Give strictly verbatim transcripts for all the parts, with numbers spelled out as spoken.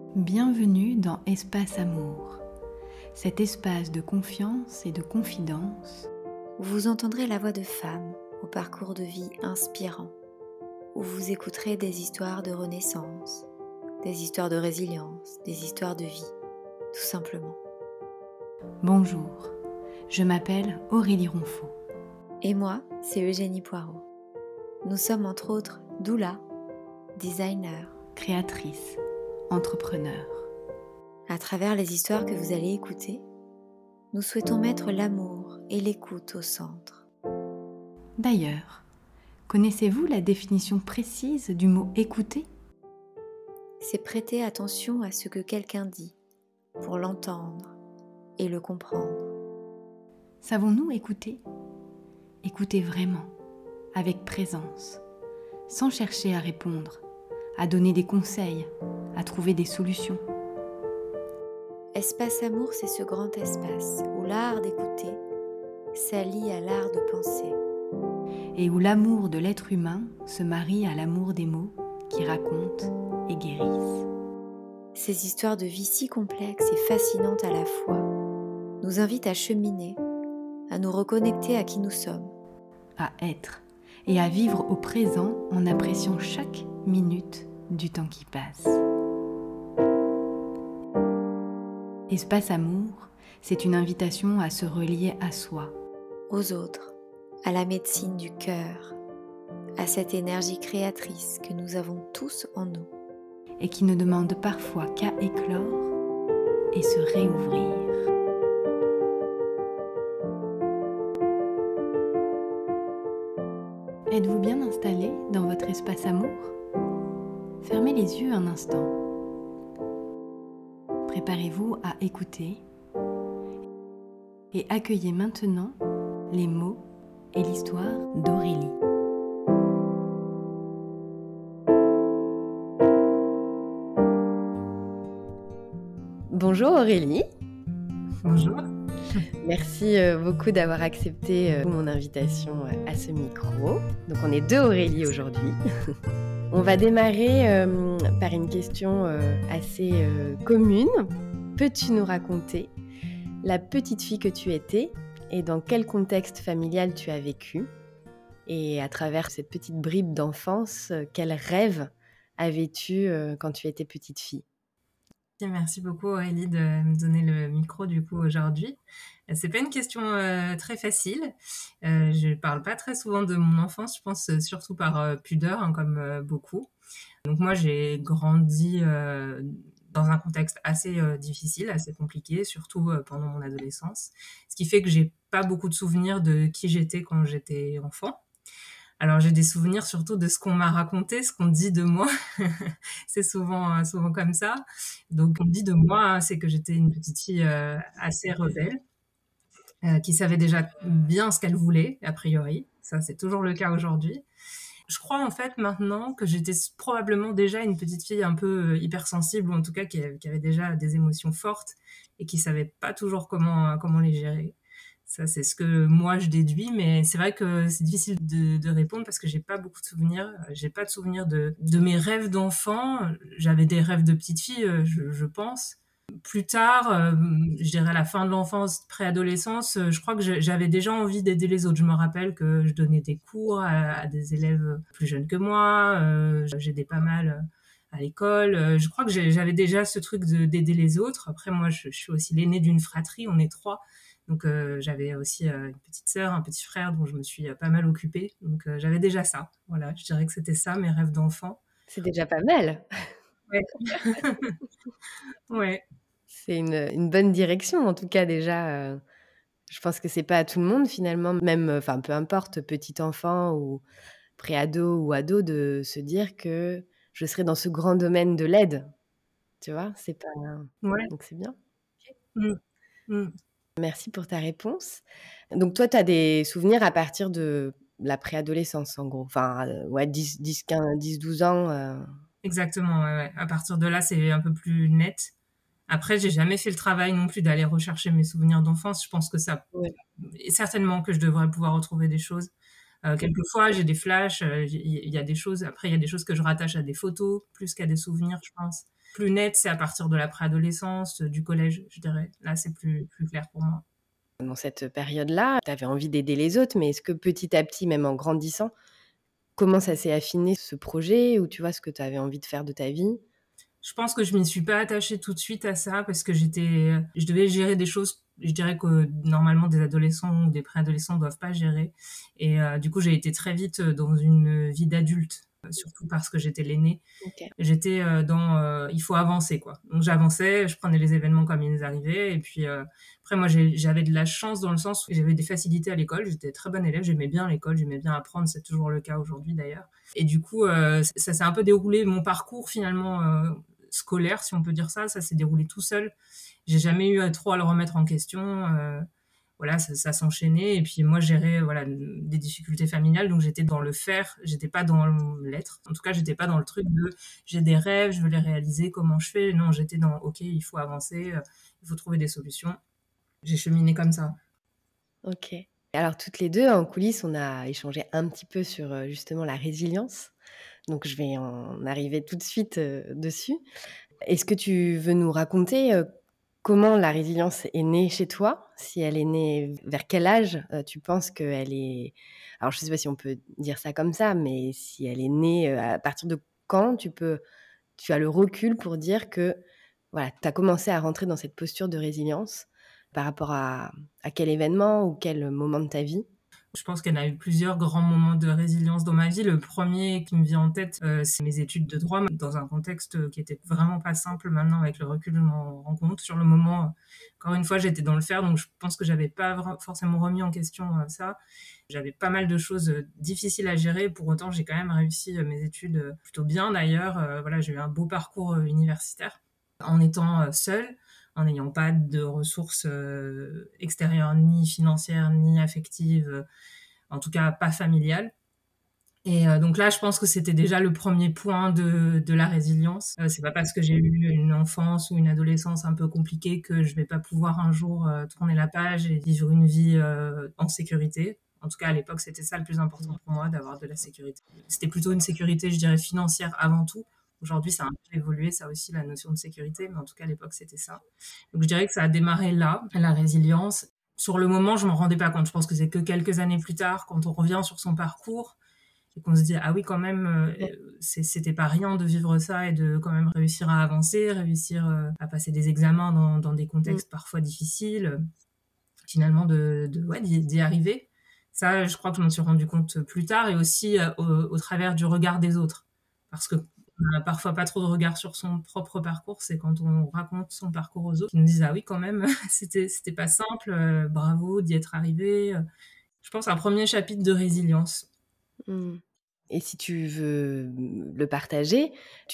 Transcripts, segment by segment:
Bienvenue dans Espace Amour, cet espace de confiance et de confidence où vous entendrez la voix de femmes au parcours de vie inspirant, où vous écouterez des histoires de renaissance, des histoires de résilience, des histoires de vie, tout simplement. Bonjour, je m'appelle Aurélie Ronfaux. Et moi, c'est Eugénie Poirot. Nous sommes entre autres doula, designer, Créatrice, entrepreneur. À travers les histoires que vous allez écouter, nous souhaitons mettre l'amour et l'écoute au centre. D'ailleurs, connaissez-vous la définition précise du mot écouter ? C'est prêter attention à ce que quelqu'un dit pour l'entendre et le comprendre. Savons-nous écouter ? Écouter vraiment, avec présence, sans chercher à répondre, à donner des conseils, à trouver des solutions. Espace Amour, c'est ce grand espace où l'art d'écouter s'allie à l'art de penser. Et où l'amour de l'être humain se marie à l'amour des mots qui racontent et guérissent. Ces histoires de vie si complexes et fascinantes à la fois nous invitent à cheminer, à nous reconnecter à qui nous sommes. À être et à vivre au présent en appréciant chaque minute du temps qui passe. Espace Amour, c'est une invitation à se relier à soi, aux autres, à la médecine du cœur, à cette énergie créatrice que nous avons tous en nous. Et qui ne demande parfois qu'à éclore et se réouvrir. Êtes-vous bien installé dans votre espace amour ? Fermez les yeux un instant. Préparez-vous à écouter et accueillez maintenant les mots et l'histoire d'Aurélie. Bonjour Aurélie. Bonjour. Merci beaucoup d'avoir accepté mon invitation à ce micro. Donc on est deux Aurélie aujourd'hui. On va démarrer euh, par une question euh, assez euh, commune. Peux-tu nous raconter la petite fille que tu étais et dans quel contexte familial tu as vécu ? Et à travers cette petite bribe d'enfance, quel rêve avais-tu euh, quand tu étais petite fille ? Merci beaucoup Aurélie de me donner le micro du coup aujourd'hui. C'est pas une question euh, très facile. Euh, je parle pas très souvent de mon enfance, je pense euh, surtout par euh, pudeur, hein, comme euh, beaucoup. Donc moi j'ai grandi euh, dans un contexte assez euh, difficile, assez compliqué, surtout euh, pendant mon adolescence. Ce qui fait que j'ai pas beaucoup de souvenirs de qui j'étais quand j'étais enfant. Alors j'ai des souvenirs surtout de ce qu'on m'a raconté, ce qu'on dit de moi. C'est souvent souvent comme ça. Donc on dit de moi, c'est que j'étais une petite fille euh, assez rebelle, euh, qui savait déjà bien ce qu'elle voulait, a priori. Ça c'est toujours le cas aujourd'hui. Je crois en fait maintenant que j'étais probablement déjà une petite fille un peu hypersensible, ou en tout cas qui avait, qui avait déjà des émotions fortes et qui savait pas toujours comment comment les gérer. Ça, c'est ce que moi je déduis, mais c'est vrai que c'est difficile de, de répondre parce que j'ai pas beaucoup de souvenirs. J'ai pas de souvenirs de, de mes rêves d'enfant. J'avais des rêves de petite fille, je, je pense. Plus tard, euh, je dirais à la fin de l'enfance, préadolescence, je crois que j'avais déjà envie d'aider les autres. Je me rappelle que je donnais des cours à, à des élèves plus jeunes que moi. Euh, j'aidais pas mal à l'école. Je crois que j'avais déjà ce truc de, d'aider les autres. Après, moi, je, je suis aussi l'aînée d'une fratrie. On est trois. Donc euh, j'avais aussi euh, une petite sœur, un petit frère dont je me suis euh, pas mal occupée. Donc euh, j'avais déjà ça. Voilà, je dirais que c'était ça, mes rêves d'enfant. C'est déjà pas mal. Ouais. Ouais. C'est une, une bonne direction en tout cas déjà. Euh, je pense que c'est pas à tout le monde finalement, même, enfin peu importe, petit enfant ou pré-ado ou ado, de se dire que je serai dans ce grand domaine de l'aide. Tu vois, c'est pas... Ouais. Donc c'est bien. Mmh. Mmh. Merci pour ta réponse. Donc toi, tu as des souvenirs à partir de la préadolescence, en gros. Enfin, euh, ouais, dix, dix, quinze, dix, douze ans. Euh... Exactement, ouais, ouais. À partir de là, c'est un peu plus net. Après, j'ai jamais fait le travail non plus d'aller rechercher mes souvenirs d'enfance. Je pense que ça... Ouais. Et certainement que je devrais pouvoir retrouver des choses. Euh, quelquefois, j'ai des flashs, il euh, y, y a des choses... Après, il y a des choses que je rattache à des photos, plus qu'à des souvenirs, je pense. plus net, c'est à partir de la préadolescence, du collège, je dirais. Là, c'est plus, plus clair pour moi. Dans cette période-là, tu avais envie d'aider les autres, mais est-ce que petit à petit, même en grandissant, comment ça s'est affiné ce projet ou tu vois ce que tu avais envie de faire de ta vie? Je pense que je m'y suis pas attachée tout de suite à ça parce que j'étais, je devais gérer des choses, je dirais que normalement des adolescents ou des préadolescents doivent pas gérer. Et euh, du coup, j'ai été très vite dans une vie d'adulte, surtout parce que j'étais l'aînée. Ok. J'étais euh, dans euh, il faut avancer, quoi. Donc j'avançais, je prenais les événements comme ils arrivaient. Et puis euh, après, moi, j'ai, j'avais de la chance dans le sens où j'avais des facilités à l'école. J'étais très bonne élève, j'aimais bien l'école, j'aimais bien apprendre. C'est toujours le cas aujourd'hui d'ailleurs. Et du coup, euh, ça s'est un peu déroulé. Mon parcours finalement euh, scolaire, si on peut dire ça, ça s'est déroulé tout seul. J'ai jamais eu à trop à le remettre en question. Euh, voilà, ça, ça s'enchaînait. Et puis moi, je gérais voilà, des difficultés familiales, donc j'étais dans le faire, j'étais pas dans l'être. En tout cas, j'étais pas dans le truc de j'ai des rêves, je veux les réaliser, comment je fais. Non, j'étais dans ok, il faut avancer, euh, il faut trouver des solutions. J'ai cheminé comme ça. Ok. Alors toutes les deux, en coulisses, on a échangé un petit peu sur euh, justement la résilience. Donc je vais en arriver tout de suite euh, dessus. Est-ce que tu veux nous raconter euh, comment la résilience est née chez toi? Si elle est née, vers quel âge euh, tu penses qu'elle est... Alors je ne sais pas si on peut dire ça comme ça, mais si elle est née, euh, à partir de quand tu peux, tu as le recul pour dire que voilà, tu as commencé à rentrer dans cette posture de résilience par rapport à, à quel événement ou quel moment de ta vie? Je pense qu'il y en a eu plusieurs grands moments de résilience dans ma vie. Le premier qui me vient en tête, euh, c'est mes études de droit, dans un contexte qui était vraiment pas simple. Maintenant, avec le recul, je m'en rends compte. Sur le moment, euh, encore une fois, j'étais dans le faire, donc je pense que j'avais pas vra- forcément remis en question euh, ça. J'avais pas mal de choses euh, difficiles à gérer. Pour autant, j'ai quand même réussi euh, mes études euh, plutôt bien d'ailleurs. Euh, voilà, j'ai eu un beau parcours euh, universitaire en étant euh, seule, en n'ayant pas de ressources euh, extérieures, ni financières, ni affectives, euh, en tout cas pas familiales. Et euh, donc là, je pense que c'était déjà le premier point de, de la résilience. Euh, c'est pas parce que j'ai eu une enfance ou une adolescence un peu compliquée que je vais pas pouvoir un jour euh, tourner la page et vivre une vie euh, en sécurité. En tout cas, à l'époque, c'était ça le plus important pour moi, d'avoir de la sécurité. C'était plutôt une sécurité, je dirais, financière avant tout. Aujourd'hui, ça a un peu évolué, ça aussi, la notion de sécurité, mais en tout cas, à l'époque, c'était ça. Donc, je dirais que ça a démarré là, la résilience. Sur le moment, je m'en rendais pas compte. Je pense que c'est que quelques années plus tard, quand on revient sur son parcours, et qu'on se dit ah oui quand même euh, c'était pas rien de vivre ça et de quand même réussir à avancer, réussir euh, à passer des examens dans, dans des contextes mmh. parfois difficiles, euh, finalement de, de ouais d'y, d'y arriver. Ça, je crois que je m'en suis rendu compte plus tard et aussi euh, au, au travers du regard des autres, parce que on n'a parfois pas trop de regard sur son propre parcours. C'est quand on raconte son parcours aux autres qui nous disent ah oui quand même c'était c'était pas simple, euh, bravo d'y être arrivé. Je pense à un premier chapitre de résilience. Mmh. Et si tu veux le partager,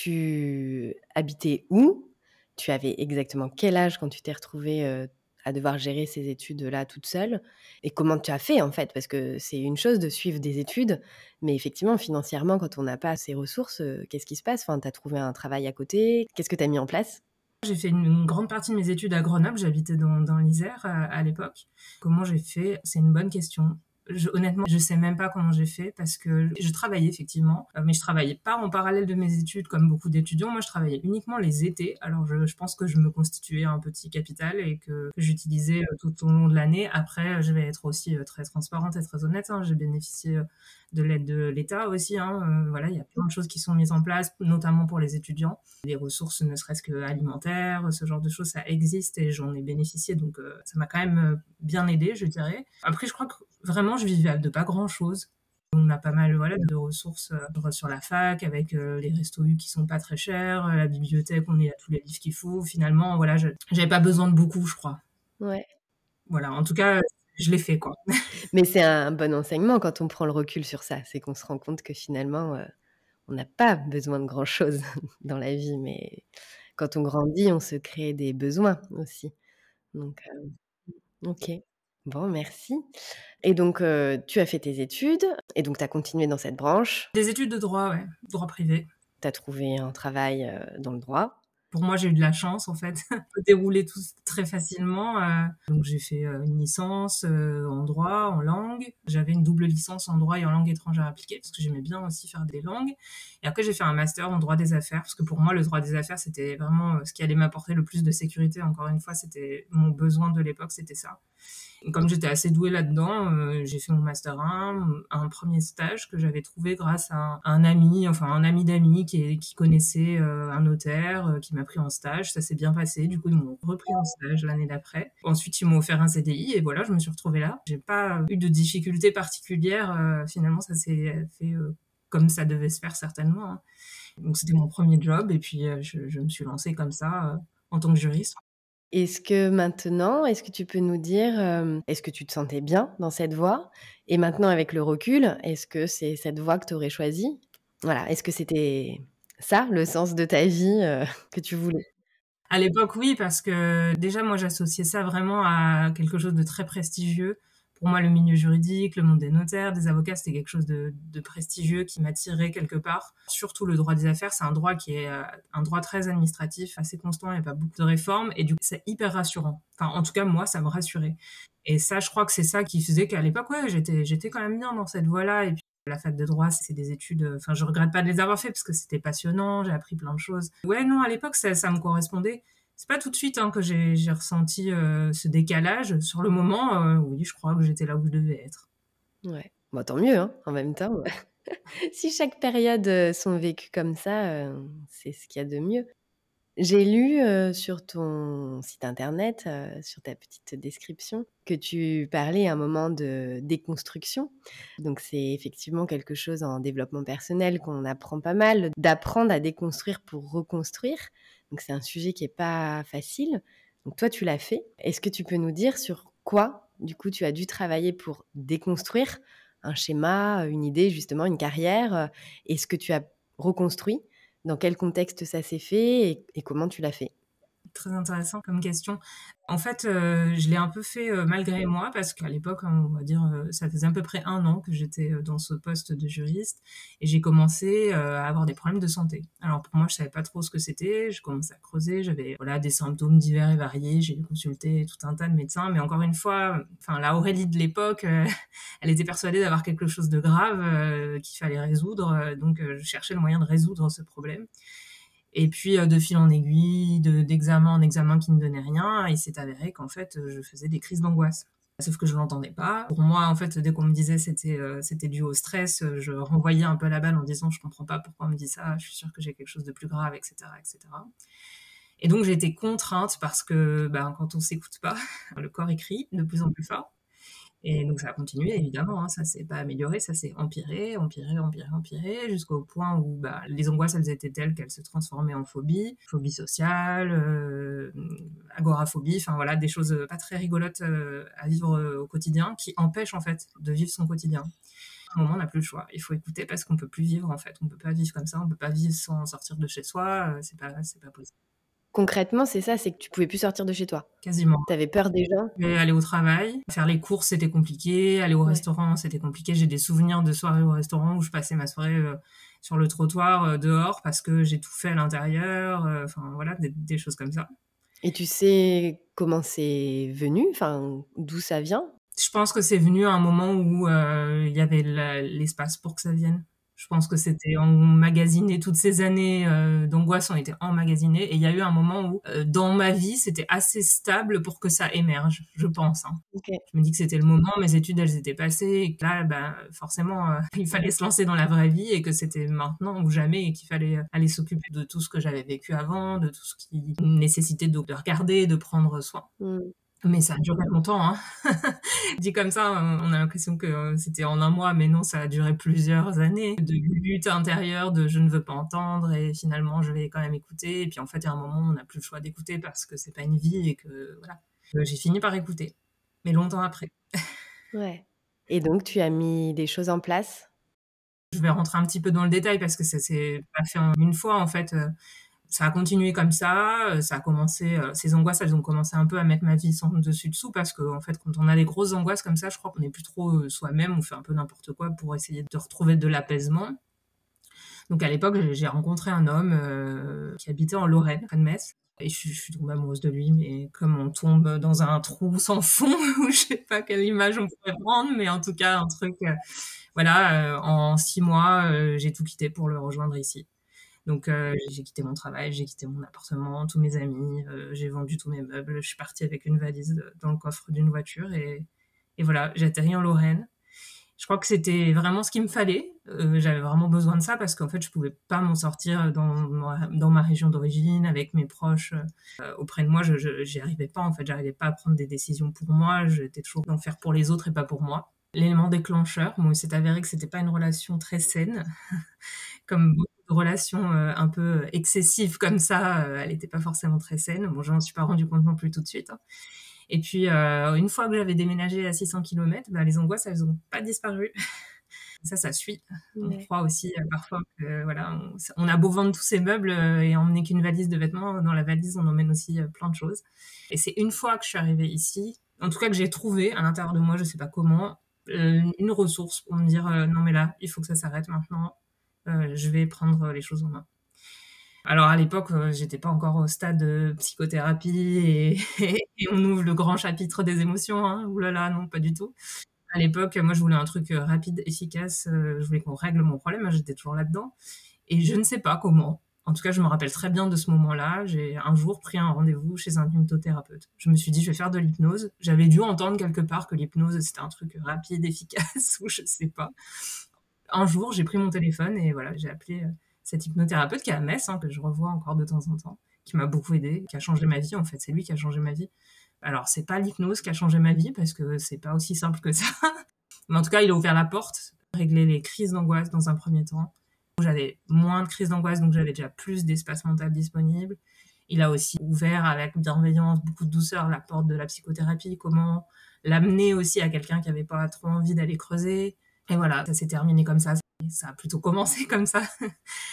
tu habitais où? Tu avais exactement quel âge quand tu t'es retrouvée euh, à devoir gérer ces études-là toute seule? Et comment tu as fait en fait? Parce que c'est une chose de suivre des études, mais effectivement, financièrement, quand on n'a pas ces ressources, euh, qu'est-ce qui se passe? Enfin, tu as trouvé un travail à côté? Qu'est-ce que tu as mis en place? J'ai fait une, une grande partie de mes études à Grenoble, j'habitais dans, dans l'Isère à, à l'époque. Comment j'ai fait? C'est une bonne question. Je, honnêtement, je sais même pas comment j'ai fait parce que je travaillais effectivement, mais je travaillais pas en parallèle de mes études comme beaucoup d'étudiants. Moi, je travaillais uniquement les étés. Alors, je, je pense que je me constituais un petit capital et que, que j'utilisais tout au long de l'année. Après, je vais être aussi très transparente et très honnête. Hein. J'ai bénéficié de l'aide de l'État aussi. Hein. Euh, voilà, il y a plein de choses qui sont mises en place, notamment pour les étudiants. Les ressources, ne serait-ce que alimentaires, ce genre de choses, ça existe et j'en ai bénéficié. Donc, euh, ça m'a quand même bien aidé, je dirais. Après, je crois que vraiment, je vivais de pas grand-chose. On a pas mal voilà, de ressources euh, sur la fac, avec euh, les restos U qui sont pas très chers, la bibliothèque, on est à tous les livres qu'il faut. Finalement, voilà, je, j'avais pas besoin de beaucoup, je crois. Ouais. Voilà, en tout cas, je l'ai fait, quoi. Mais c'est un bon enseignement quand on prend le recul sur ça. C'est qu'on se rend compte que finalement, euh, on n'a pas besoin de grand-chose dans la vie, mais quand on grandit, on se crée des besoins aussi. Donc, euh, ok. Bon, merci. Et donc, euh, tu as fait tes études et donc tu as continué dans cette branche. Des études de droit, ouais, droit privé. Tu as trouvé un travail euh, dans le droit. pour moi, j'ai eu de la chance, en fait. Ça peut dérouler tout très facilement. Euh, donc, j'ai fait euh, une licence euh, en droit, en langue. J'avais une double licence en droit et en langue étrangère appliquée, parce que j'aimais bien aussi faire des langues. Et après, j'ai fait un master en droit des affaires, parce que pour moi, le droit des affaires, c'était vraiment euh, ce qui allait m'apporter le plus de sécurité. Encore une fois, c'était mon besoin de l'époque, c'était ça. Et comme j'étais assez douée là-dedans, euh, j'ai fait mon master un, un premier stage que j'avais trouvé grâce à un, un ami, enfin un ami d'amis qui, qui connaissait euh, un notaire euh, qui m'a pris en stage. Ça s'est bien passé. Du coup, ils m'ont repris en stage l'année d'après. Ensuite, ils m'ont offert un C D I et voilà, je me suis retrouvée là. J'ai pas eu de difficultés particulières. Euh, finalement, ça s'est fait euh, comme ça devait se faire certainement. Hein. Donc, c'était mon premier job et puis euh, je, je me suis lancée comme ça euh, en tant que juriste. Est-ce que maintenant, est-ce que tu peux nous dire, euh, est-ce que tu te sentais bien dans cette voie? Et maintenant, avec le recul, est-ce que c'est cette voie que tu aurais choisie? Voilà, est-ce que c'était ça, le sens de ta vie euh, que tu voulais? À l'époque, oui, parce que déjà, moi, j'associais ça vraiment à quelque chose de très prestigieux. Pour moi, le milieu juridique, le monde des notaires, des avocats, c'était quelque chose de, de prestigieux qui m'attirait quelque part. Surtout le droit des affaires, c'est un droit qui est euh, un droit très administratif, assez constant, il n'y a pas beaucoup de réformes, et du coup, c'est hyper rassurant. Enfin, en tout cas, moi, ça me rassurait. Et ça, je crois que c'est ça qui faisait qu'à l'époque, ouais, j'étais, j'étais quand même bien dans cette voie-là. Et puis, la fac de droit, c'est des études, enfin, je regrette pas de les avoir fait parce que c'était passionnant, j'ai appris plein de choses. Ouais, non, à l'époque, ça, ça me correspondait. C'est pas tout de suite hein, que j'ai, j'ai ressenti euh, ce décalage. Sur le moment, euh, oui, je crois que j'étais là où je devais être. Ouais, bon, tant mieux, hein, en même temps. Si chaque période euh, sont vécues comme ça, euh, c'est ce qu'il y a de mieux. J'ai lu euh, sur ton site internet, euh, sur ta petite description, que tu parlais à un moment de déconstruction. Donc c'est effectivement quelque chose en développement personnel qu'on apprend pas mal, d'apprendre à déconstruire pour reconstruire. Donc c'est un sujet qui n'est pas facile. Donc toi, tu l'as fait. Est-ce que tu peux nous dire sur quoi, du coup, tu as dû travailler pour déconstruire un schéma, une idée, justement, une carrière? Est-ce que tu as reconstruit? Dans quel contexte ça s'est fait et, et comment tu l'as fait? Très intéressant comme question. En fait, euh, je l'ai un peu fait euh, malgré moi parce qu'à l'époque, on va dire, euh, ça faisait à peu près un an que j'étais euh, dans ce poste de juriste et j'ai commencé euh, à avoir des problèmes de santé. Alors pour moi, je savais pas trop ce que c'était. Je commençais à creuser. J'avais voilà des symptômes divers et variés. J'ai consulté tout un tas de médecins, mais encore une fois, enfin la Aurélie de l'époque, euh, elle était persuadée d'avoir quelque chose de grave euh, qu'il fallait résoudre. Donc euh, je cherchais le moyen de résoudre ce problème. Et puis, euh, de fil en aiguille, de, d'examen en examen qui ne donnait rien, il s'est avéré qu'en fait, je faisais des crises d'angoisse. Sauf que je l'entendais pas. Pour moi, en fait, dès qu'on me disait c'était euh, c'était dû au stress, je renvoyais un peu la balle en disant je comprends pas pourquoi on me dit ça, je suis sûre que j'ai quelque chose de plus grave, et cetera, et cetera. Et donc, j'ai été contrainte parce que ben, quand on s'écoute pas, le corps écrit de plus en plus fort. Et donc ça a continué, évidemment, hein, ça s'est pas amélioré, ça s'est empiré, empiré, empiré, empiré, jusqu'au point où bah, les angoisses, elles étaient telles qu'elles se transformaient en phobie, phobie sociale, euh, agoraphobie, enfin voilà, des choses pas très rigolotes euh, à vivre euh, au quotidien, qui empêchent en fait de vivre son quotidien. À un moment, on n'a plus le choix, il faut écouter parce qu'on peut plus vivre en fait, on peut pas vivre comme ça, on peut pas vivre sans sortir de chez soi, euh, c'est pas, c'est pas possible. Concrètement, c'est ça, c'est que tu pouvais plus sortir de chez toi. Quasiment. T'avais peur des gens? Mais aller au travail, faire les courses, c'était compliqué. Aller au Ouais. restaurant, c'était compliqué. J'ai des souvenirs de soirées au restaurant où je passais ma soirée euh, sur le trottoir euh, dehors parce que j'ai tout fait à l'intérieur. euh, Enfin voilà, des, des choses comme ça. Et tu sais comment c'est venu? Enfin, d'où ça vient? Je pense que c'est venu à un moment où euh, il y avait la- l'espace pour que ça vienne. Je pense que c'était emmagasiné, toutes ces années euh, d'angoisse ont été emmagasinées et il y a eu un moment où euh, dans ma vie c'était assez stable pour que ça émerge, je pense. Hein. Okay. Je me dis que c'était le moment, mes études elles étaient passées et que là ben, forcément euh, il fallait se lancer dans la vraie vie et que c'était maintenant ou jamais et qu'il fallait aller s'occuper de tout ce que j'avais vécu avant, de tout ce qui nécessitait de, de regarder, de prendre soin. Mm. Mais ça a duré longtemps, hein. Dit comme ça, on a l'impression que c'était en un mois, mais non, ça a duré plusieurs années de lutte intérieure, de je ne veux pas entendre, et finalement je vais quand même écouter. Et puis en fait, il y a un moment où on n'a plus le choix d'écouter parce que c'est pas une vie et que voilà. J'ai fini par écouter, mais longtemps après. Ouais. Et donc, tu as mis des choses en place? Je vais rentrer un petit peu dans le détail parce que ça s'est pas fait en une fois, en fait. Ça a continué comme ça, ça a commencé, euh, ces angoisses, elles ont commencé un peu à mettre ma vie sans dessus-dessous parce que, en fait, quand on a des grosses angoisses comme ça, je crois qu'on n'est plus trop euh, soi-même, on fait un peu n'importe quoi pour essayer de retrouver de l'apaisement. Donc à l'époque, j'ai rencontré un homme euh, qui habitait en Lorraine, près de Metz. Et je, je suis tombée amoureuse de lui, mais comme on tombe dans un trou sans fond, où je sais pas quelle image on pourrait prendre, mais en tout cas, un truc... Euh, voilà, euh, en six mois, euh, j'ai tout quitté pour le rejoindre ici. Donc euh, j'ai quitté mon travail, j'ai quitté mon appartement, tous mes amis, euh, j'ai vendu tous mes meubles, je suis partie avec une valise de, dans le coffre d'une voiture et, et voilà, j'ai atterri en Lorraine. Je crois que c'était vraiment ce qu'il me fallait. Euh, j'avais vraiment besoin de ça parce qu'en fait, je pouvais pas m'en sortir dans ma, dans ma région d'origine, avec mes proches euh, auprès de moi. Je, je, j'y arrivais pas, en fait. J'arrivais pas à prendre des décisions pour moi. J'étais toujours d'en faire pour les autres et pas pour moi. L'élément déclencheur, bon, il s'est avéré que c'était pas une relation très saine. Comme beaucoup de relations euh, un peu excessives comme ça, euh, elle était pas forcément très saine. Bon, je m'en suis pas rendu compte non plus tout de suite, hein. Et puis, euh, une fois que j'avais déménagé à six cents kilomètres, bah, les angoisses, elles n'ont pas disparu. Ça, ça suit. On Ouais. croit aussi euh, parfois que euh, voilà, on, on a beau vendre tous ces meubles euh, et emmener qu'une valise de vêtements, dans la valise, on emmène aussi euh, plein de choses. Et c'est une fois que je suis arrivée ici, en tout cas que j'ai trouvé à l'intérieur de moi, je sais pas comment, euh, une ressource pour me dire euh, non mais là, il faut que ça s'arrête maintenant. Euh, je vais prendre les choses en main. Alors à l'époque, euh, j'étais pas encore au stade de psychothérapie et, et on ouvre le grand chapitre des émotions. Hein. Ouh là là, non, pas du tout. À l'époque, moi, je voulais un truc euh, rapide, efficace. Euh, je voulais qu'on règle mon problème. J'étais toujours là-dedans. Et je ne sais pas comment. En tout cas, je me rappelle très bien de ce moment-là. J'ai un jour pris un rendez-vous chez un hypnothérapeute. Je me suis dit, je vais faire de l'hypnose. J'avais dû entendre quelque part que l'hypnose, c'était un truc rapide, efficace, ou je sais pas. Un jour, j'ai pris mon téléphone et voilà, j'ai appelé euh, cet hypnothérapeute qui est à Metz, hein, que je revois encore de temps en temps, qui m'a beaucoup aidée, qui a changé ma vie. En fait, c'est lui qui a changé ma vie. Alors, c'est pas l'hypnose qui a changé ma vie parce que c'est pas aussi simple que ça. Mais en tout cas, il a ouvert la porte, réglé les crises d'angoisse dans un premier temps. J'avais moins de crises d'angoisse, donc j'avais déjà plus d'espace mental disponible. Il a aussi ouvert avec bienveillance, beaucoup de douceur, la porte de la psychothérapie, comment l'amener aussi à quelqu'un qui avait pas trop envie d'aller creuser. Et voilà, ça s'est terminé comme ça. Ça a plutôt commencé comme ça. Ça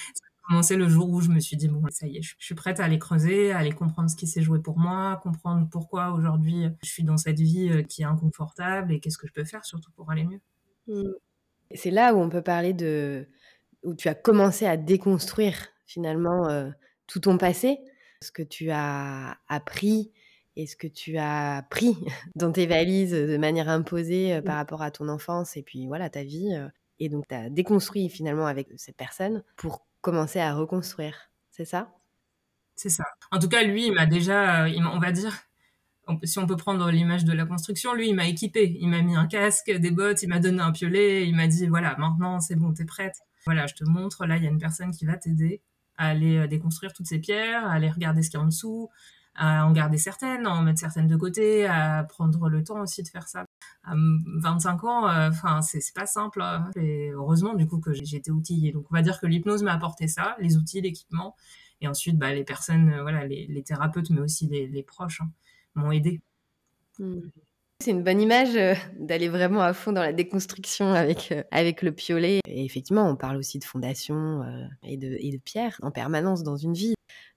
a commencé le jour où je me suis dit, bon, ça y est, je suis prête à aller creuser, à aller comprendre ce qui s'est joué pour moi, comprendre pourquoi aujourd'hui je suis dans cette vie qui est inconfortable et qu'est-ce que je peux faire surtout pour aller mieux. Mmh. C'est là où on peut parler de... où tu as commencé à déconstruire finalement euh, tout ton passé, ce que tu as appris et ce que tu as pris dans tes valises de manière imposée euh, par rapport à ton enfance et puis voilà ta vie. Euh, et donc tu as déconstruit finalement avec cette personne pour commencer à reconstruire, c'est ça ? C'est ça. En tout cas, lui, il m'a déjà, il m'a, on va dire, on, si on peut prendre l'image de la construction, lui, il m'a équipé. Il m'a mis un casque, des bottes, il m'a donné un piolet, il m'a dit, voilà, maintenant, c'est bon, t'es prête. Voilà, je te montre, là, il y a une personne qui va t'aider à aller déconstruire toutes ces pierres, à aller regarder ce qu'il y a en dessous, à en garder certaines, à en mettre certaines de côté, à prendre le temps aussi de faire ça. À vingt-cinq ans, enfin, euh, c'est, c'est pas simple. Hein. Et heureusement, du coup, que j'ai, j'ai été outillée. Donc, on va dire que l'hypnose m'a apporté ça, les outils, l'équipement. Et ensuite, bah, les personnes, euh, voilà, les, les thérapeutes, mais aussi les, les proches, hein, m'ont aidée. Mmh. C'est une bonne image euh, d'aller vraiment à fond dans la déconstruction avec, euh, avec le piolet. Et effectivement, on parle aussi de fondation euh, et, de, et de pierre en permanence dans une vie.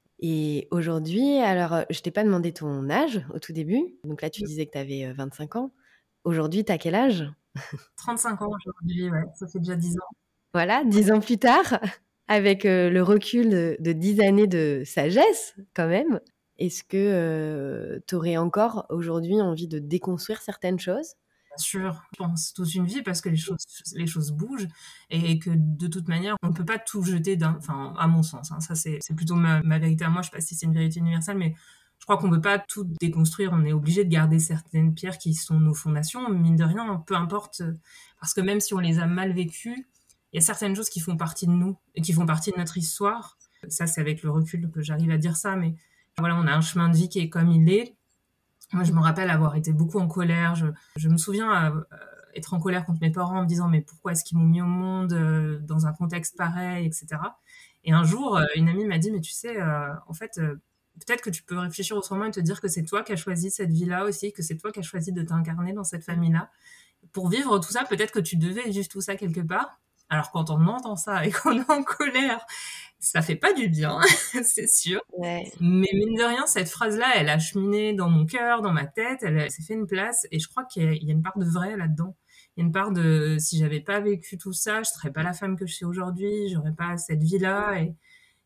Et aujourd'hui, alors, je t'ai pas demandé ton âge au tout début. Donc là, tu disais que tu avais vingt-cinq ans. Aujourd'hui, tu as quel âge ? trente-cinq ans aujourd'hui, ouais, ça fait déjà dix ans. Voilà, dix ans plus tard, avec euh, le recul de, de dix années de sagesse, quand même. Est-ce que euh, tu aurais encore aujourd'hui envie de déconstruire certaines choses ? Bien sûr, je pense toute une vie parce que les choses, les choses bougent et que de toute manière, on ne peut pas tout jeter d'un, enfin, à mon sens, hein, ça c'est, c'est plutôt ma, ma vérité à moi, je ne sais pas si c'est une vérité universelle, mais je crois qu'on ne peut pas tout déconstruire, on est obligé de garder certaines pierres qui sont nos fondations, mine de rien, peu importe, parce que même si on les a mal vécues, il y a certaines choses qui font partie de nous et qui font partie de notre histoire. Ça, c'est avec le recul que j'arrive à dire ça, mais voilà, on a un chemin de vie qui est comme il est. Moi, je me rappelle avoir été beaucoup en colère. Je, je me souviens euh, être en colère contre mes parents en me disant « mais pourquoi est-ce qu'ils m'ont mis au monde euh, dans un contexte pareil, et cetera » Et un jour, euh, une amie m'a dit « mais tu sais, euh, en fait, euh, peut-être que tu peux réfléchir autrement et te dire que c'est toi qui as choisi cette vie-là aussi, que c'est toi qui as choisi de t'incarner dans cette famille-là. Pour vivre tout ça, peut-être que tu devais vivre tout ça quelque part. » Alors quand on entend ça et qu'on est en colère, ça fait pas du bien, c'est sûr. Ouais. Mais mine de rien, cette phrase-là, elle a cheminé dans mon cœur, dans ma tête, elle, elle s'est fait une place et je crois qu'il y a, il y a une part de vrai là-dedans. Il y a une part de si j'avais pas vécu tout ça, je serais pas la femme que je suis aujourd'hui, j'aurais pas cette vie-là et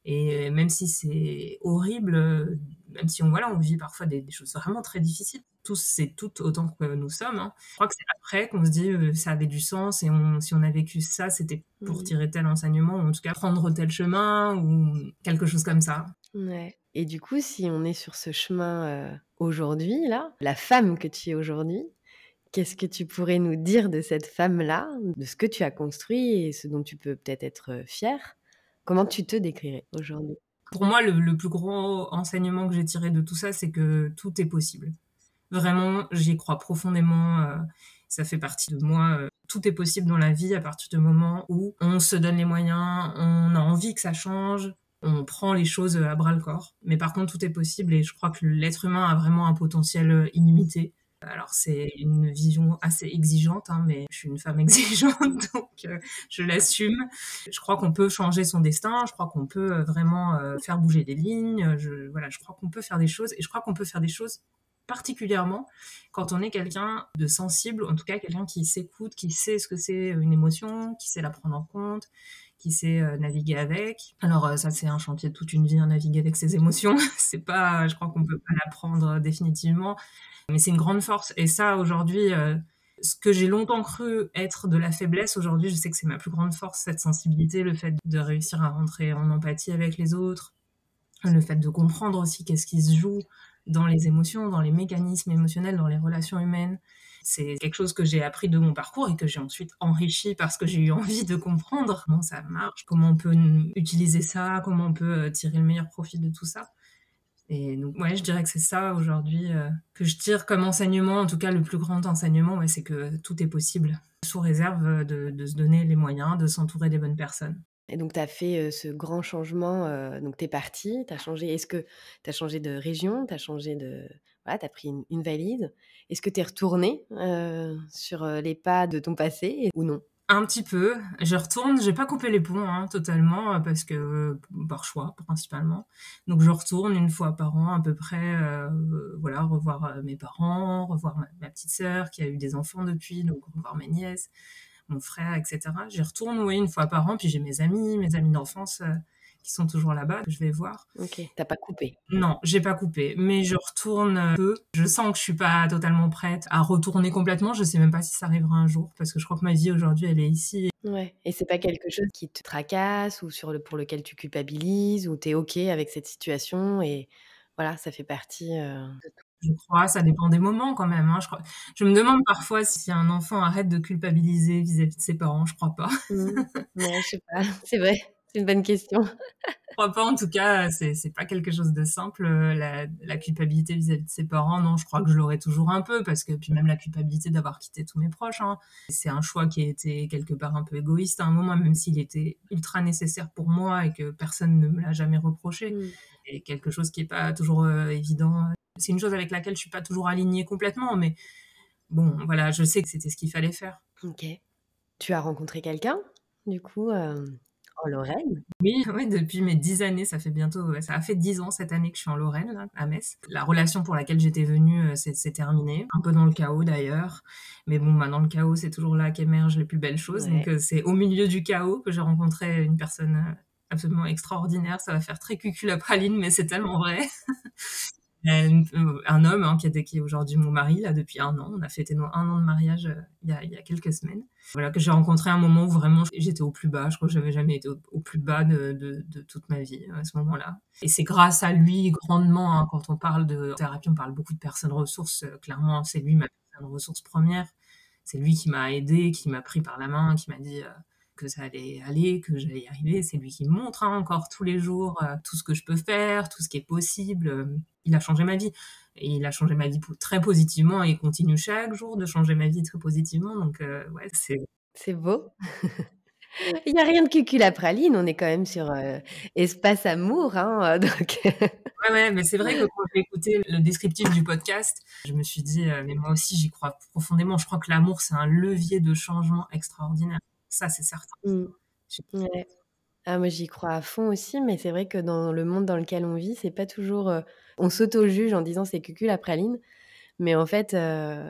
et même si c'est horrible, euh, même si on voilà, on vit parfois des, des choses vraiment très difficiles, tous et toutes autant que nous sommes, hein. Je crois que c'est après qu'on se dit euh, ça avait du sens et on, si on a vécu ça, c'était pour Mmh. tirer tel enseignement ou en tout cas prendre tel chemin ou quelque chose comme ça. Ouais. Et du coup, si on est sur ce chemin euh, aujourd'hui, là, la femme que tu es aujourd'hui, qu'est-ce que tu pourrais nous dire de cette femme-là, de ce que tu as construit et ce dont tu peux peut-être être euh, fière? Comment tu te décrirais aujourd'hui? Pour moi, le, le plus gros enseignement que j'ai tiré de tout ça, c'est que tout est possible. Vraiment, j'y crois profondément. euh, ça fait partie de moi. euh, tout est possible dans la vie à partir du moment où on se donne les moyens, on a envie que ça change, on prend les choses à bras le corps. Mais par contre, tout est possible et je crois que l'être humain a vraiment un potentiel euh, illimité. Alors c'est une vision assez exigeante, hein, mais je suis une femme exigeante, donc euh, je l'assume. Je crois qu'on peut changer son destin, je crois qu'on peut euh, vraiment euh, faire bouger des lignes, je, voilà, je crois qu'on peut faire des choses, et je crois qu'on peut faire des choses particulièrement quand on est quelqu'un de sensible, en tout cas quelqu'un qui s'écoute, qui sait ce que c'est une émotion, qui sait la prendre en compte, qui sait euh, naviguer avec. Alors euh, ça c'est un chantier de toute une vie, hein, naviguer avec ses émotions. C'est pas, je crois qu'on peut pas l'apprendre euh, définitivement, mais c'est une grande force. Et ça aujourd'hui, euh, ce que j'ai longtemps cru être de la faiblesse, aujourd'hui je sais que c'est ma plus grande force, cette sensibilité, le fait de réussir à rentrer en empathie avec les autres, le fait de comprendre aussi qu'est-ce qui se joue dans les émotions, dans les mécanismes émotionnels, dans les relations humaines. C'est quelque chose que j'ai appris de mon parcours et que j'ai ensuite enrichi parce que j'ai eu envie de comprendre comment ça marche, comment on peut utiliser ça, comment on peut tirer le meilleur profit de tout ça. Et donc, ouais, je dirais que c'est ça aujourd'hui euh, que je tire comme enseignement, en tout cas le plus grand enseignement, ouais, c'est que tout est possible, sous réserve de, de se donner les moyens, de s'entourer des bonnes personnes. Et donc, tu as fait euh, ce grand changement. Euh, donc, tu es partie, tu as changé. Est-ce que tu as changé de région? Tu as changé de. Voilà, tu as pris une, une valise. Est-ce que tu es retournée euh, sur euh, les pas de ton passé ou non? Un petit peu. Je retourne, j'ai pas coupé les ponts hein, totalement parce que euh, par choix principalement. Donc je retourne une fois par an à peu près, euh, voilà, revoir euh, mes parents, revoir ma, ma petite sœur qui a eu des enfants depuis, donc revoir mes nièces, mon frère, et cetera. J'y retourne oui une fois par an, puis j'ai mes amis, mes amis d'enfance euh, qui sont toujours là-bas que je vais voir. Ok, t'as pas coupé. Non, j'ai pas coupé, mais je retourne un peu. Je sens que je suis pas totalement prête à retourner complètement. Je sais même pas si ça arrivera un jour, parce que je crois que ma vie aujourd'hui, elle est ici. Ouais. Et c'est pas quelque chose qui te tracasse ou sur le, pour lequel tu culpabilises ou t'es ok avec cette situation et voilà, ça fait partie. Euh... Je crois, ça dépend des moments quand même. Hein. Je, crois... je me demande parfois si un enfant arrête de culpabiliser vis-à-vis de ses parents. Je crois pas. Mmh. Ouais, je sais pas. C'est vrai. C'est une bonne question. Je crois pas, en tout cas, c'est, c'est pas quelque chose de simple. La, la culpabilité vis-à-vis de ses parents, non, je crois que je l'aurai toujours un peu, parce que puis même la culpabilité d'avoir quitté tous mes proches, hein, c'est un choix qui a été quelque part un peu égoïste à un moment, même s'il était ultra nécessaire pour moi et que personne ne me l'a jamais reproché. Mmh. Et quelque chose qui est pas toujours euh, évident. C'est une chose avec laquelle je suis pas toujours alignée complètement, mais bon, voilà, je sais que c'était ce qu'il fallait faire. Ok. Tu as rencontré quelqu'un, du coup euh... en Lorraine? Oui, oui, depuis mes dix années, ça fait bientôt, ça a fait dix ans cette année que je suis en Lorraine, là, à Metz. La relation pour laquelle j'étais venue, c'est, c'est terminé. Un peu dans le chaos d'ailleurs. Mais bon, bah, dans le chaos, c'est toujours là qu'émergent les plus belles choses. Ouais. Donc euh, c'est au milieu du chaos que j'ai rencontré une personne absolument extraordinaire. Ça va faire très cucul la praline, mais c'est tellement vrai. Un, un homme hein, qui, est, qui est aujourd'hui mon mari là depuis un an. On a fêté nos un an de mariage euh, il, y a, il y a quelques semaines. Voilà, que j'ai rencontré à un moment où vraiment j'étais au plus bas. Je crois que j'avais jamais été au, au plus bas de, de, de toute ma vie à ce moment-là. Et c'est grâce à lui grandement, hein, quand on parle de thérapie, on parle beaucoup de personnes ressources. Euh, clairement, c'est lui ma personne ressource première. C'est lui qui m'a aidée, qui m'a pris par la main, qui m'a dit... Euh, que ça allait aller, que j'allais y arriver. C'est lui qui me montre hein, encore tous les jours euh, tout ce que je peux faire, tout ce qui est possible. Euh, il a changé ma vie. Et il a changé ma vie très positivement et il continue chaque jour de changer ma vie très positivement. Donc, euh, ouais, c'est... C'est beau. Il n'y a rien de cucul à praline. On est quand même sur euh, espace amour. Hein, donc... ouais, ouais, mais c'est vrai que quand j'ai écouté le descriptif du podcast, je me suis dit, euh, mais moi aussi, j'y crois profondément. Je crois que l'amour, c'est un levier de changement extraordinaire. Ça, c'est certain. Mmh. Ouais. Ah, moi, j'y crois à fond aussi, mais c'est vrai que dans le monde dans lequel on vit, c'est pas toujours... Euh, on s'auto-juge en disant c'est cucul la praline, mais en fait, euh,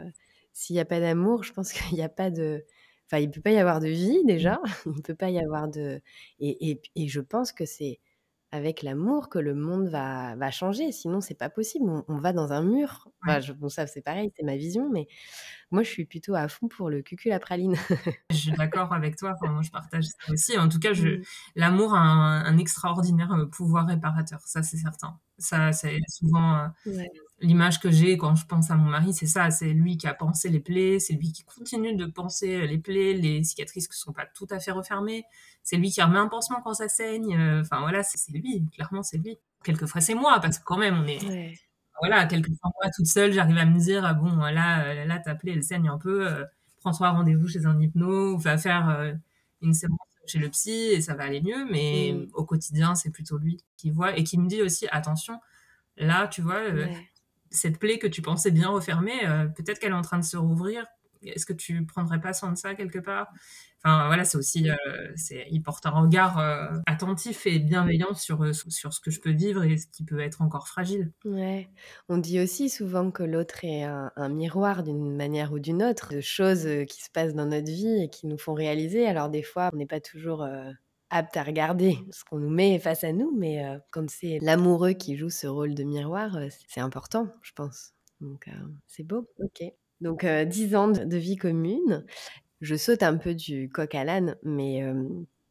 s'il n'y a pas d'amour, je pense qu'il n'y a pas de... Enfin, il ne peut pas y avoir de vie déjà, il ne peut pas y avoir de... Et, et, et je pense que c'est avec l'amour que le monde va, va changer, sinon c'est pas possible, on, on va dans un mur. Enfin, Ouais. je, bon, ça c'est pareil, c'est ma vision, mais moi je suis plutôt à fond pour le cucul à praline. Je suis d'accord avec toi, enfin, moi je partage ça aussi. En tout cas, je, Mm. l'amour a un, un extraordinaire euh, pouvoir réparateur, ça c'est certain. Ça, c'est souvent euh, Ouais. l'image que j'ai quand je pense à mon mari, c'est ça, c'est lui qui a pansé les plaies, c'est lui qui continue de panser les plaies, les cicatrices qui sont pas tout à fait refermées, c'est lui qui remet un pansement quand ça saigne, euh, enfin voilà, c'est c'est lui, clairement c'est lui. Quelquefois c'est moi, parce que quand même on est, Ouais. voilà, quelquefois moi toute seule, j'arrive à me dire, ah bon là, euh, là ta plaie elle saigne un peu, euh, prends-toi rendez-vous chez un hypno, ou va faire euh, une séance chez le psy et ça va aller mieux, mais Mm. au quotidien c'est plutôt lui qui voit et qui me dit aussi, attention, là tu vois, euh, Ouais. cette plaie que tu pensais bien refermer, euh, peut-être qu'elle est en train de se rouvrir. Est-ce que tu prendrais pas soin de ça quelque part? Enfin voilà, c'est aussi, euh, c'est, il porte un regard euh, attentif et bienveillant sur, euh, sur ce que je peux vivre et ce qui peut être encore fragile. Ouais. On dit aussi souvent que l'autre est un, un miroir d'une manière ou d'une autre, de choses euh, qui se passent dans notre vie et qui nous font réaliser. Alors des fois, on n'est pas toujours euh, apte à regarder ce qu'on nous met face à nous, mais euh, quand c'est l'amoureux qui joue ce rôle de miroir, euh, c'est important, je pense. Donc euh, c'est beau, ok. Donc euh, dix ans de, de vie commune. Je saute un peu du coq à l'âne, mais euh,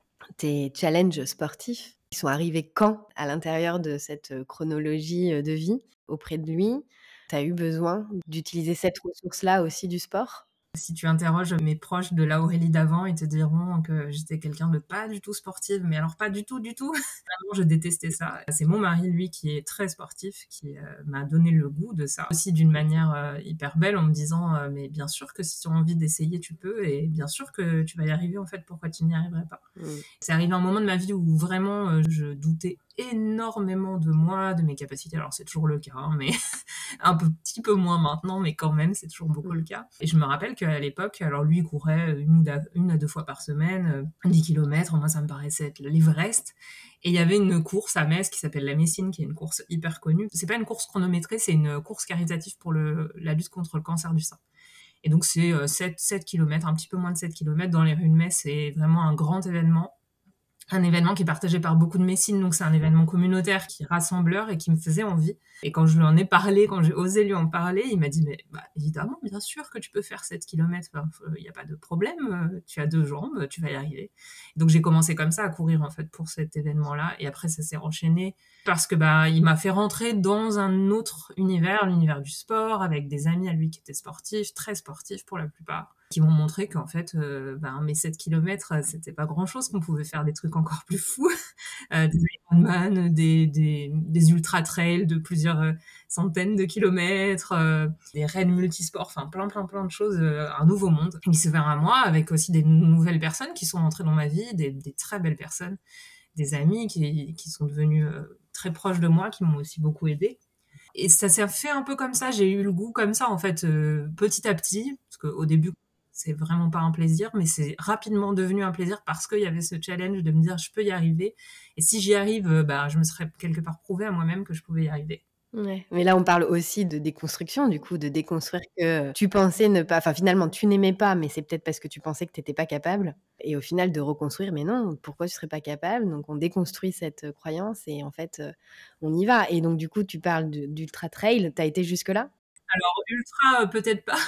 tes challenges sportifs, ils sont arrivés quand à l'intérieur de cette euh, chronologie euh, de vie auprès de lui? Tu as eu besoin d'utiliser cette ressource-là aussi du sport? Si tu interroges mes proches de la Aurélie d'avant, ils te diront que j'étais quelqu'un de pas du tout sportive, mais alors pas du tout, du tout. Vraiment, je détestais ça. C'est mon mari, lui, qui est très sportif, qui euh, m'a donné le goût de ça. Aussi d'une manière euh, hyper belle, en me disant, euh, mais bien sûr que si tu as envie d'essayer, tu peux, et bien sûr que tu vas y arriver, en fait, pourquoi tu n'y arriverais pas? Mmh. C'est arrivé un moment de ma vie où vraiment euh, je doutais énormément de moi, de mes capacités. Alors c'est toujours le cas, hein, mais un peu, petit peu moins maintenant, mais quand même, c'est toujours beaucoup le cas. Et je me rappelle qu'à l'époque, alors lui, il courait une, une à deux fois par semaine, euh, dix kilomètres, moi ça me paraissait être l'Everest. Et il y avait une course à Metz qui s'appelle la Messine, qui est une course hyper connue. C'est pas une course chronométrée, c'est une course caritative pour le, la lutte contre le cancer du sein. Et donc c'est euh, sept kilomètres, un petit peu moins de sept kilomètres dans les rues de Metz. C'est vraiment un grand événement. Un événement qui est partagé par beaucoup de Messines, donc c'est un événement communautaire qui est rassembleur et qui me faisait envie. Et quand je lui en ai parlé, quand j'ai osé lui en parler, il m'a dit, mais bah, évidemment, bien sûr que tu peux faire sept kilomètres, il n'y a pas de problème, tu as deux jambes, tu vas y arriver. Donc j'ai commencé comme ça à courir en fait pour cet événement-là, et après ça s'est enchaîné parce que bah il m'a fait rentrer dans un autre univers, l'univers du sport, avec des amis à lui qui étaient sportifs, très sportifs pour la plupart, qui m'ont montré qu'en fait, euh, ben, mes sept kilomètres, c'était pas grand-chose, qu'on pouvait faire des trucs encore plus fous, euh, des Ironman, des, des, des ultra-trails de plusieurs euh, centaines de kilomètres, euh, des raids multisports, enfin plein, plein, plein de choses, euh, un nouveau monde qui s'est ouvert à moi, avec aussi des nouvelles personnes qui sont entrées dans ma vie, des, des très belles personnes, des amis qui, qui sont devenus euh, très proches de moi, qui m'ont aussi beaucoup aidée. Et ça s'est fait un peu comme ça, j'ai eu le goût comme ça, en fait, euh, petit à petit, parce qu'au début, c'est vraiment pas un plaisir, mais c'est rapidement devenu un plaisir parce qu'il y avait ce challenge de me dire je peux y arriver. Et si j'y arrive, bah, je me serais quelque part prouvé à moi-même que je pouvais y arriver. Ouais. Mais là, on parle aussi de déconstruction, du coup, de déconstruire que tu pensais ne pas... Enfin, finalement, tu n'aimais pas, mais c'est peut-être parce que tu pensais que tu n'étais pas capable. Et au final, de reconstruire, mais non, pourquoi tu ne serais pas capable? Donc, on déconstruit cette croyance et en fait, euh, on y va. Et donc, du coup, tu parles d'ultra-trail. Tu as été jusque-là? Alors, ultra, euh, peut-être pas.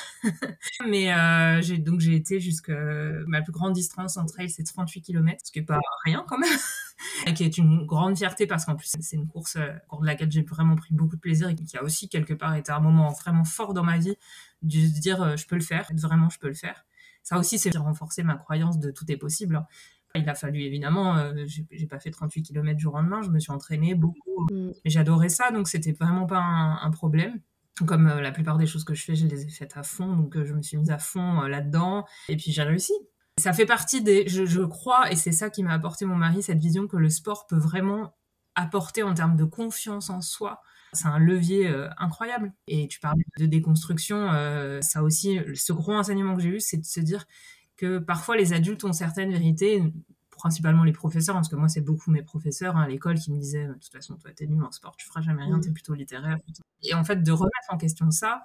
Mais euh, j'ai, donc, j'ai été jusqu'à ma plus grande distance en trail, c'est trente-huit kilomètres, ce qui n'est pas rien quand même. Et qui est une grande fierté parce qu'en plus, c'est une course euh, au cours de laquelle j'ai vraiment pris beaucoup de plaisir et qui a aussi quelque part été un moment vraiment fort dans ma vie de se dire euh, je peux le faire, vraiment je peux le faire. Ça aussi, c'est renforcer ma croyance de tout est possible. Hein. Il a fallu évidemment, euh, j'ai, j'ai pas fait trente-huit kilomètres du jour au lendemain, je me suis entraînée beaucoup, Mm. mais j'adorais ça, donc c'était vraiment pas un, un problème. Comme euh, la plupart des choses que je fais, je les ai faites à fond, donc euh, je me suis mise à fond euh, là-dedans, et puis j'ai réussi. Ça fait partie des... Je, je crois, et c'est ça qui m'a apporté mon mari, cette vision que le sport peut vraiment apporter en termes de confiance en soi. C'est un levier euh, incroyable. Et tu parlais de déconstruction, euh, ça aussi, ce gros enseignement que j'ai eu, c'est de se dire que parfois les adultes ont certaines vérités, principalement les professeurs, parce que moi c'est beaucoup mes professeurs hein, à l'école qui me disaient de toute façon toi t'es nul en sport, tu feras jamais rien, t'es plutôt littéraire. Et en fait de remettre en question ça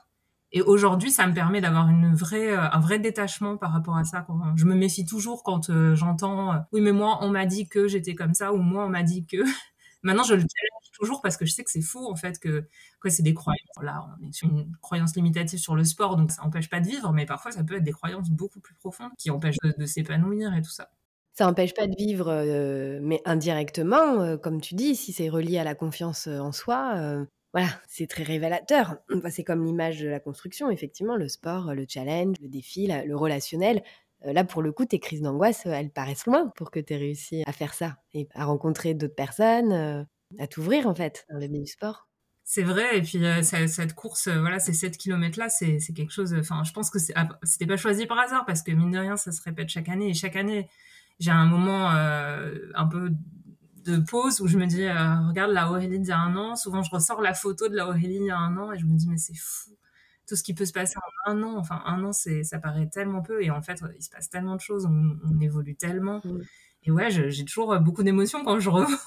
Et aujourd'hui, ça me permet d'avoir une vraie, euh, un vrai détachement par rapport à ça. Quand je me méfie toujours quand euh, j'entends euh, oui, mais moi, on m'a dit que j'étais comme ça, ou moi, on m'a dit que. Maintenant, je le challenge toujours parce que je sais que c'est faux, en fait, que quoi, c'est des croyances. Là, on est sur une croyance limitative sur le sport, donc ça n'empêche pas de vivre, mais parfois, ça peut être des croyances beaucoup plus profondes qui empêchent de, de s'épanouir et tout ça. Ça n'empêche pas de vivre, euh, mais indirectement, euh, comme tu dis, si c'est relié à la confiance en soi, euh, voilà, c'est très révélateur. Enfin, c'est comme l'image de la construction, effectivement, le sport, le challenge, le défi, la- le relationnel. Euh, là, pour le coup, tes crises d'angoisse, euh, elles paraissent loin pour que tu aies réussi à faire ça et à rencontrer d'autres personnes, euh, à t'ouvrir, en fait, dans le milieu du sport. C'est vrai, et puis euh, ça- cette course, euh, voilà, ces sept kilomètres-là, c'est c'est quelque chose. Enfin, je pense que c'est- ah, c'était pas choisi par hasard parce que mine de rien, ça se répète chaque année. Et chaque année, j'ai un moment euh, un peu de pause où je me dis, euh, regarde la Aurélie d'il y a un an. Souvent, je ressors la photo de la Aurélie il y a un an et je me dis, mais c'est fou. Tout ce qui peut se passer en un an, enfin un an, c'est ça paraît tellement peu et en fait, il se passe tellement de choses, on, on évolue tellement. Mm. Et ouais, je- j'ai toujours beaucoup d'émotions quand je revois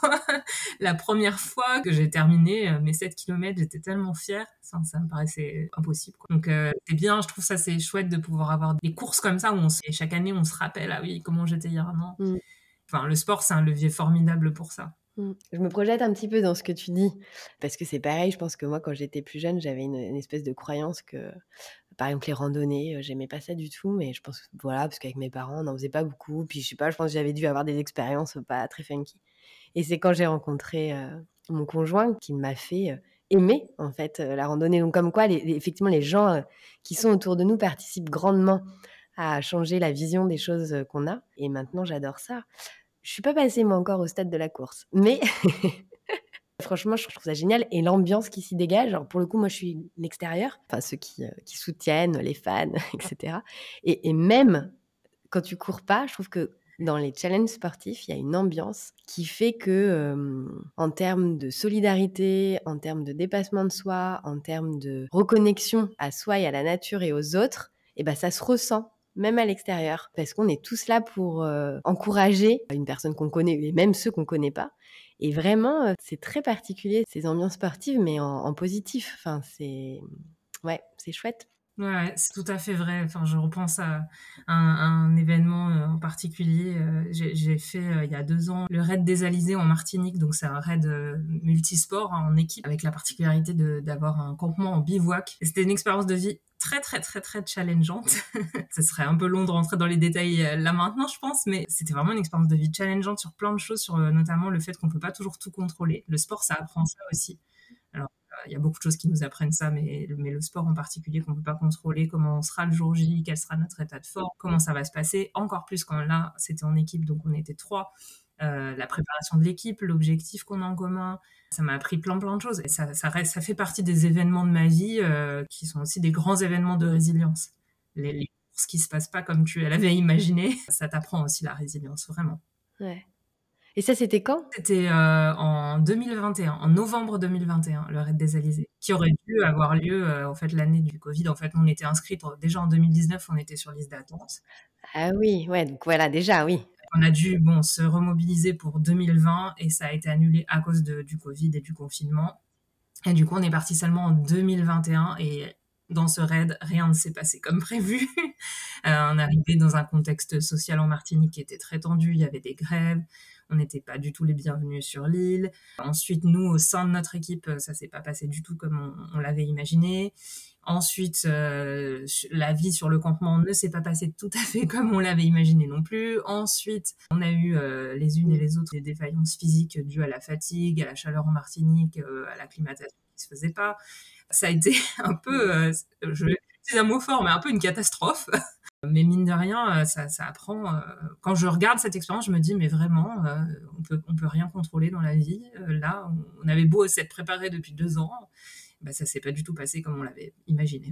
la première fois que j'ai terminé euh, mes sept kilomètres. J'étais tellement fière, ça, ça me paraissait impossible, quoi. Donc euh, c'est bien, je trouve ça c'est chouette de pouvoir avoir des courses comme ça où on se, et chaque année on se rappelle, ah oui, comment j'étais il y a un an. Mm. Enfin, le sport, c'est un levier formidable pour ça. Mm. Je me projette un petit peu dans ce que tu dis, parce que c'est pareil, je pense que moi, quand j'étais plus jeune, j'avais une, une espèce de croyance que, par exemple, les randonnées, euh, j'aimais pas ça du tout, mais je pense, voilà, parce qu'avec mes parents, on n'en faisait pas beaucoup, puis je sais pas, je pense que j'avais dû avoir des expériences pas très funky. Et c'est quand j'ai rencontré euh, mon conjoint qui m'a fait euh, aimer, en fait, euh, la randonnée. Donc, comme quoi, les, les- effectivement, les gens euh, qui sont autour de nous participent grandement à changer la vision des choses euh, qu'on a. Et maintenant, j'adore ça. Je suis pas passée, moi, encore au stade de la course, mais franchement, je trouve ça génial. Et l'ambiance qui s'y dégage, alors pour le coup, moi, je suis l'extérieur, enfin, ceux qui, euh, qui soutiennent, les fans, et cetera. Et, et même quand tu cours pas, je trouve que dans les challenges sportifs, il y a une ambiance qui fait que, euh, en termes de solidarité, en termes de dépassement de soi, en termes de reconnexion à soi et à la nature et aux autres, et ben, ça se ressent même à l'extérieur, parce qu'on est tous là pour euh, encourager une personne qu'on connaît, et même ceux qu'on connaît pas. Et vraiment, euh, c'est très particulier, ces ambiances sportives, mais en, en positif. Enfin, c'est... Ouais, c'est chouette. Ouais, c'est tout à fait vrai. Enfin, je repense à un, un événement euh, en particulier. Euh, j'ai j'ai fait euh, il y a deux ans le raid des Alizés en Martinique. Donc c'est un raid euh, multisport hein, en équipe avec la particularité de- d'avoir un campement en bivouac. Et c'était une expérience de vie très très très très challengeante. Ce serait un peu long de rentrer dans les détails euh, là maintenant, je pense, mais c'était vraiment une expérience de vie challengeante sur plein de choses, sur euh, notamment le fait qu'on peut pas toujours tout contrôler. Le sport, ça apprend ça aussi. Alors, il y a beaucoup de choses qui nous apprennent ça, mais, mais le sport en particulier qu'on ne peut pas contrôler, comment on sera le jour J, quel sera notre état de forme, comment ça va se passer, encore plus quand là, c'était en équipe, donc on était trois. Euh, la préparation de l'équipe, l'objectif qu'on a en commun, ça m'a appris plein plein de choses. Et ça, ça, reste, ça fait partie des événements de ma vie euh, qui sont aussi des grands événements de résilience. Les, les courses qui ne se passent pas comme tu l'avais imaginé, ça t'apprend aussi la résilience, vraiment. Ouais. Et ça, c'était quand ? C'était euh, en deux mille vingt et un, en novembre deux mille vingt et un, le raid des Alizés, qui aurait dû avoir lieu euh, en fait l'année du Covid. En fait, on était inscrits déjà en deux mille dix-neuf, on était sur liste d'attente. Ah oui, ouais, donc voilà, déjà, oui. On a dû bon se remobiliser pour deux mille vingt et ça a été annulé à cause de, du Covid et du confinement. Et du coup, on est parti seulement en deux mille vingt et un et dans ce raid, rien ne s'est passé comme prévu. euh, on est arrivé dans un contexte social en Martinique qui était très tendu, il y avait des grèves. On n'était pas du tout les bienvenus sur l'île. Ensuite, nous, au sein de notre équipe, ça s'est pas passé du tout comme on, on l'avait imaginé. Ensuite, euh, la vie sur le campement ne s'est pas passée tout à fait comme on l'avait imaginé non plus. Ensuite, on a eu euh, les unes et les autres des défaillances physiques dues à la fatigue, à la chaleur en Martinique, euh, à l'acclimatation qui se faisait pas. Ça a été un peu, euh, je vais utiliser un mot fort, mais un peu une catastrophe. Mais mine de rien, ça, ça apprend. Euh, quand je regarde cette expérience, je me dis, mais vraiment, euh, on peut, on peut rien contrôler dans la vie. Euh, là, on, on avait beau s'être préparé depuis deux ans, bah, ça s'est pas du tout passé comme on l'avait imaginé.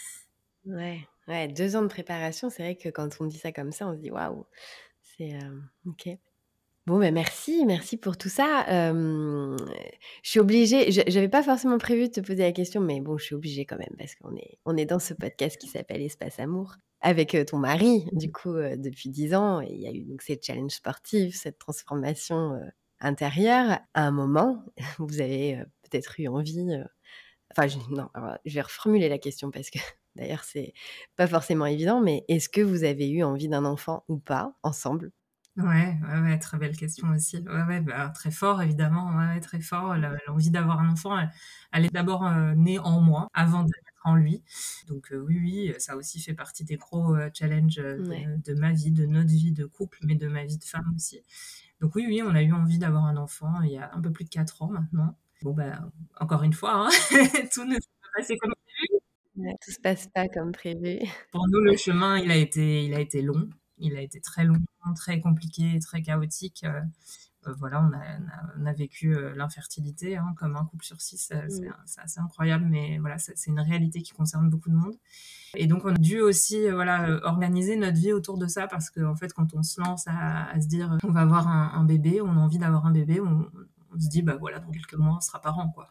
Ouais, ouais, deux ans de préparation, c'est vrai que quand on dit ça comme ça, on se dit waouh, c'est euh, ok. Bon, ben merci, merci pour tout ça. Euh, je suis obligée, je n'avais pas forcément prévu de te poser la question, mais bon, je suis obligée quand même parce qu'on est, on est dans ce podcast qui s'appelle Espace Amour avec euh, ton mari, du coup, euh, depuis dix ans. Et il y a eu donc ces challenges sportifs, cette transformation euh, intérieure. À un moment, vous avez euh, peut-être eu envie euh, Enfin, je, non, alors, je vais reformuler la question parce que d'ailleurs, c'est pas forcément évident, mais est-ce que vous avez eu envie d'un enfant ou pas, ensemble? Ouais, ouais, ouais, très belle question aussi. Ouais, ouais, bah, très fort évidemment, ouais, ouais, très fort. La l'envie d'avoir un enfant, elle elle est d'abord, heu, née en moi avant de naître en lui. Donc heu, oui, oui, ça aussi fait partie des gros, heu, challenges, heu, Ouais. de de ma vie, de notre vie de couple, mais de ma vie de femme aussi. Donc oui, oui, on a eu envie d'avoir un enfant il y a un peu plus de quatre ans maintenant. Bon, bah, encore une fois, hein, tout ne s'est pas passé comme Ouais, tout se passe pas comme prévu. pour nous, le chemin, il a été il a été long. Il a été très long, très compliqué, très chaotique, heu heu, voilà, on a on a on a vécu, heu, l'infertilité, hein, comme un couple sur six, heu, c'est Mmh. c'est assez incroyable, mais voilà, c'est c'est une réalité qui concerne beaucoup de monde et donc on a dû aussi, heu, voilà, heu, organiser notre vie autour de ça parce qu'en fait, quand on se lance à à se dire, heu: «On va avoir un un bébé», on a envie d'avoir un bébé, on on se dit: «Bah, voilà, dans quelques mois, on sera parents, quoi».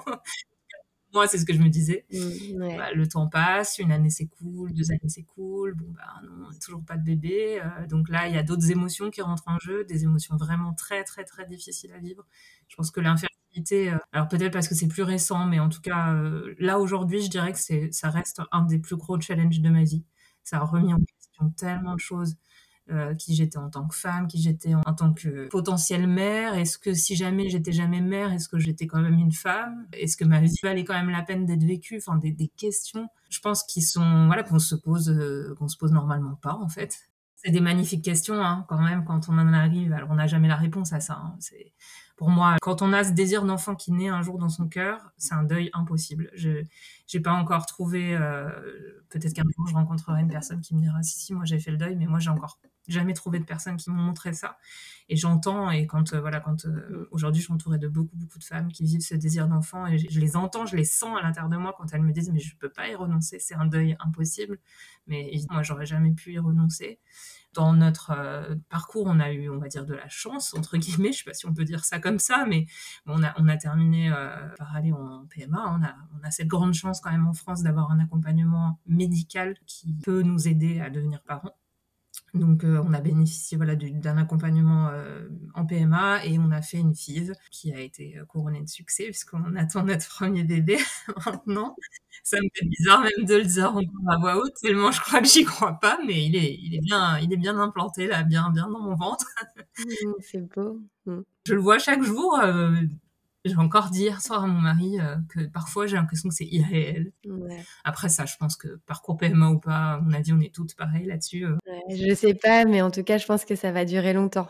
Moi, c'est ce que je me disais. Mmh, ouais. Bah, le temps passe, une année s'écoule, deux années s'écoulent, bon, bah, non, toujours pas de bébé, heu, donc là, il y a d'autres émotions qui rentrent en jeu, des émotions vraiment très, très, très difficiles à vivre. Je pense que l'infertilité, heu, alors peut-être parce que c'est plus récent, mais en tout cas, heu, là, aujourd'hui, je dirais que c'est ça reste un des plus gros challenges de ma vie. Ça a remis en question tellement de choses, heu, qui j'étais en tant que femme, qui j'étais en en tant que potentielle mère. Est-ce que si jamais j'étais jamais mère, est-ce que j'étais quand même une femme? Est-ce que ma vie valait quand même la peine d'être vécue? Enfin, des des questions, je pense, qui sont voilà, qu'on se pose, heu, qu'on se pose normalement pas, en fait. C'est des magnifiques questions, hein, quand même, quand on en arrive. Alors, on n'a jamais la réponse à ça, hein. C'est pour moi, quand on a ce désir d'enfant qui naît un jour dans son cœur, c'est un deuil impossible. Je j'ai pas encore trouvé, heu, peut-être qu'un jour je rencontrerai une personne qui me dira: «Si, si, moi j'ai fait le deuil», mais moi j'ai encore jamais trouvé de personnes qui m'ont montré ça et j'entends et quand, heu, voilà, quand, Mmh. heu, aujourd'hui je suis entourée de beaucoup, beaucoup de femmes qui vivent ce désir d'enfant et je je les entends, je les sens à l'intérieur de moi quand elles me disent: «Mais je peux pas y renoncer, c'est un deuil impossible». Mais évidemment, moi j'aurais jamais pu y renoncer. Dans notre, heu, parcours, on a eu, on va dire, «de la chance» entre guillemets, je sais pas si on peut dire ça comme ça, mais on a on a terminé, heu, par aller en P M A. On a on a cette grande chance quand même en France d'avoir un accompagnement médical qui peut nous aider à devenir parents. Donc, heu, on a bénéficié, voilà, du d'un accompagnement, heu, en P M A et on a fait une F I V qui a été, heu, couronnée de succès puisqu'on attend notre premier bébé maintenant. Ça me fait bizarre même de le dire encore à voix haute, tellement je crois que j'y crois pas, mais il est il est bien il est bien implanté là, bien bien dans mon ventre. Mmh, c'est beau. Mmh. Je le vois chaque jour, heu, j'ai encore dit hier soir à mon mari, heu, que parfois j'ai l'impression que c'est irréel. Ouais. Après ça, je pense que parcours P M A ou pas, à mon avis, on est toutes pareilles là-dessus, heu. Ouais, je sais pas, mais en tout cas, je pense que ça va durer longtemps.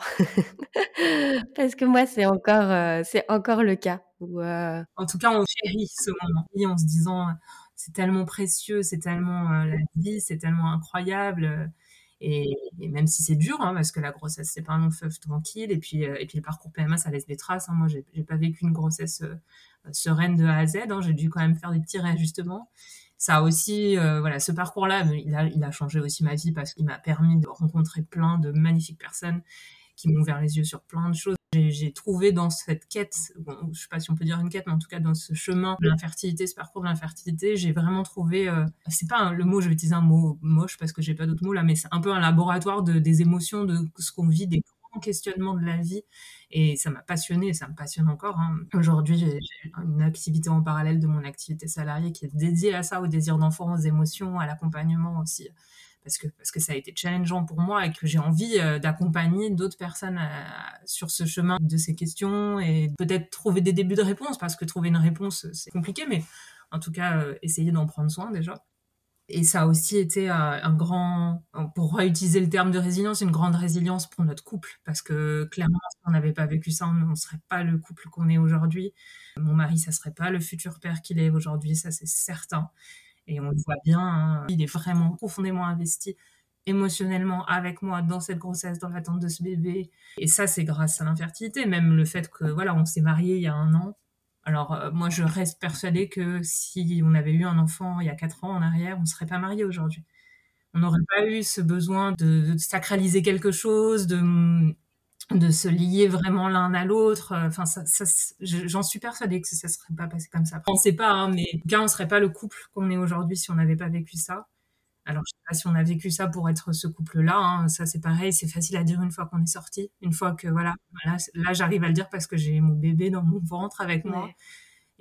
Parce que moi, c'est encore, heu, c'est encore le cas où, heu En tout cas, on chérit ce moment et en se disant, heu: «C'est tellement précieux, c'est tellement, heu, la vie, c'est tellement incroyable», heu et et même si c'est dur, hein, parce que la grossesse, c'est pas un long fleuve tranquille et puis, heu et puis le parcours P M A, ça laisse des traces, hein. Moi, j'ai j'ai pas vécu une grossesse, heu, sereine de A à Z, hein. J'ai dû quand même faire des petits réajustements. Ça a aussi, heu, voilà, ce parcours-là, me il a il a changé aussi ma vie parce qu'il m'a permis de rencontrer plein de magnifiques personnes qui m'ont ouvert les yeux sur plein de choses. J'ai j'ai trouvé dans cette quête, bon, je sais pas si on peut dire une quête, mais en tout cas dans ce chemin de l'infertilité, ce parcours de l'infertilité, j'ai vraiment trouvé, heu, c'est pas un le mot, je vais utiliser un mot moche parce que j'ai pas d'autres mots là, mais c'est un peu un laboratoire de des émotions, de ce qu'on vit, des grands questionnements de la vie et ça m'a passionnée et ça me passionne encore, hein. Aujourd'hui, j'ai j'ai une activité en parallèle de mon activité salariée qui est dédiée à ça, au désir d'enfant, aux émotions, à l'accompagnement aussi parce que, parce que ça a été challengeant pour moi et que j'ai envie euh, d'accompagner d'autres personnes à- sur ce chemin de ces questions et peut-être trouver des débuts de réponse parce que trouver une réponse, c'est compliqué, mais en tout cas, euh, essayer d'en prendre soin déjà. Et ça a aussi été euh, un grand, pour réutiliser le terme de résilience, une grande résilience pour notre couple parce que clairement, si on n'avait pas vécu ça, on ne serait pas le couple qu'on est aujourd'hui. Mon mari, ça serait pas le futur père qu'il est aujourd'hui, ça c'est certain. Et on le voit bien, hein, il est vraiment profondément investi émotionnellement avec moi dans cette grossesse, dans l'attente de ce bébé. Et ça, c'est grâce à l'infertilité. Même le fait que, voilà, on s'est mariés il y a un an. Alors, euh, moi, je reste persuadée que si on avait eu un enfant il y a quatre ans en arrière, on ne serait pas mariés aujourd'hui. On n'aurait pas eu ce besoin de, de sacraliser quelque chose, de, de se lier vraiment l'un à l'autre. Enfin, ça, ça, je- j'en suis persuadée que ça ne serait pas passé comme ça. On ne sait pas, hein, mais en tout cas, on ne serait pas le couple qu'on est aujourd'hui si on n'avait pas vécu ça. Alors, je sais pas si on a vécu ça pour être ce couple-là, hein. Ça, c'est pareil, c'est facile à dire une fois qu'on est sorti. Une fois que, voilà, voilà, là, j'arrive à le dire parce que j'ai mon bébé dans mon ventre avec moi. ouais.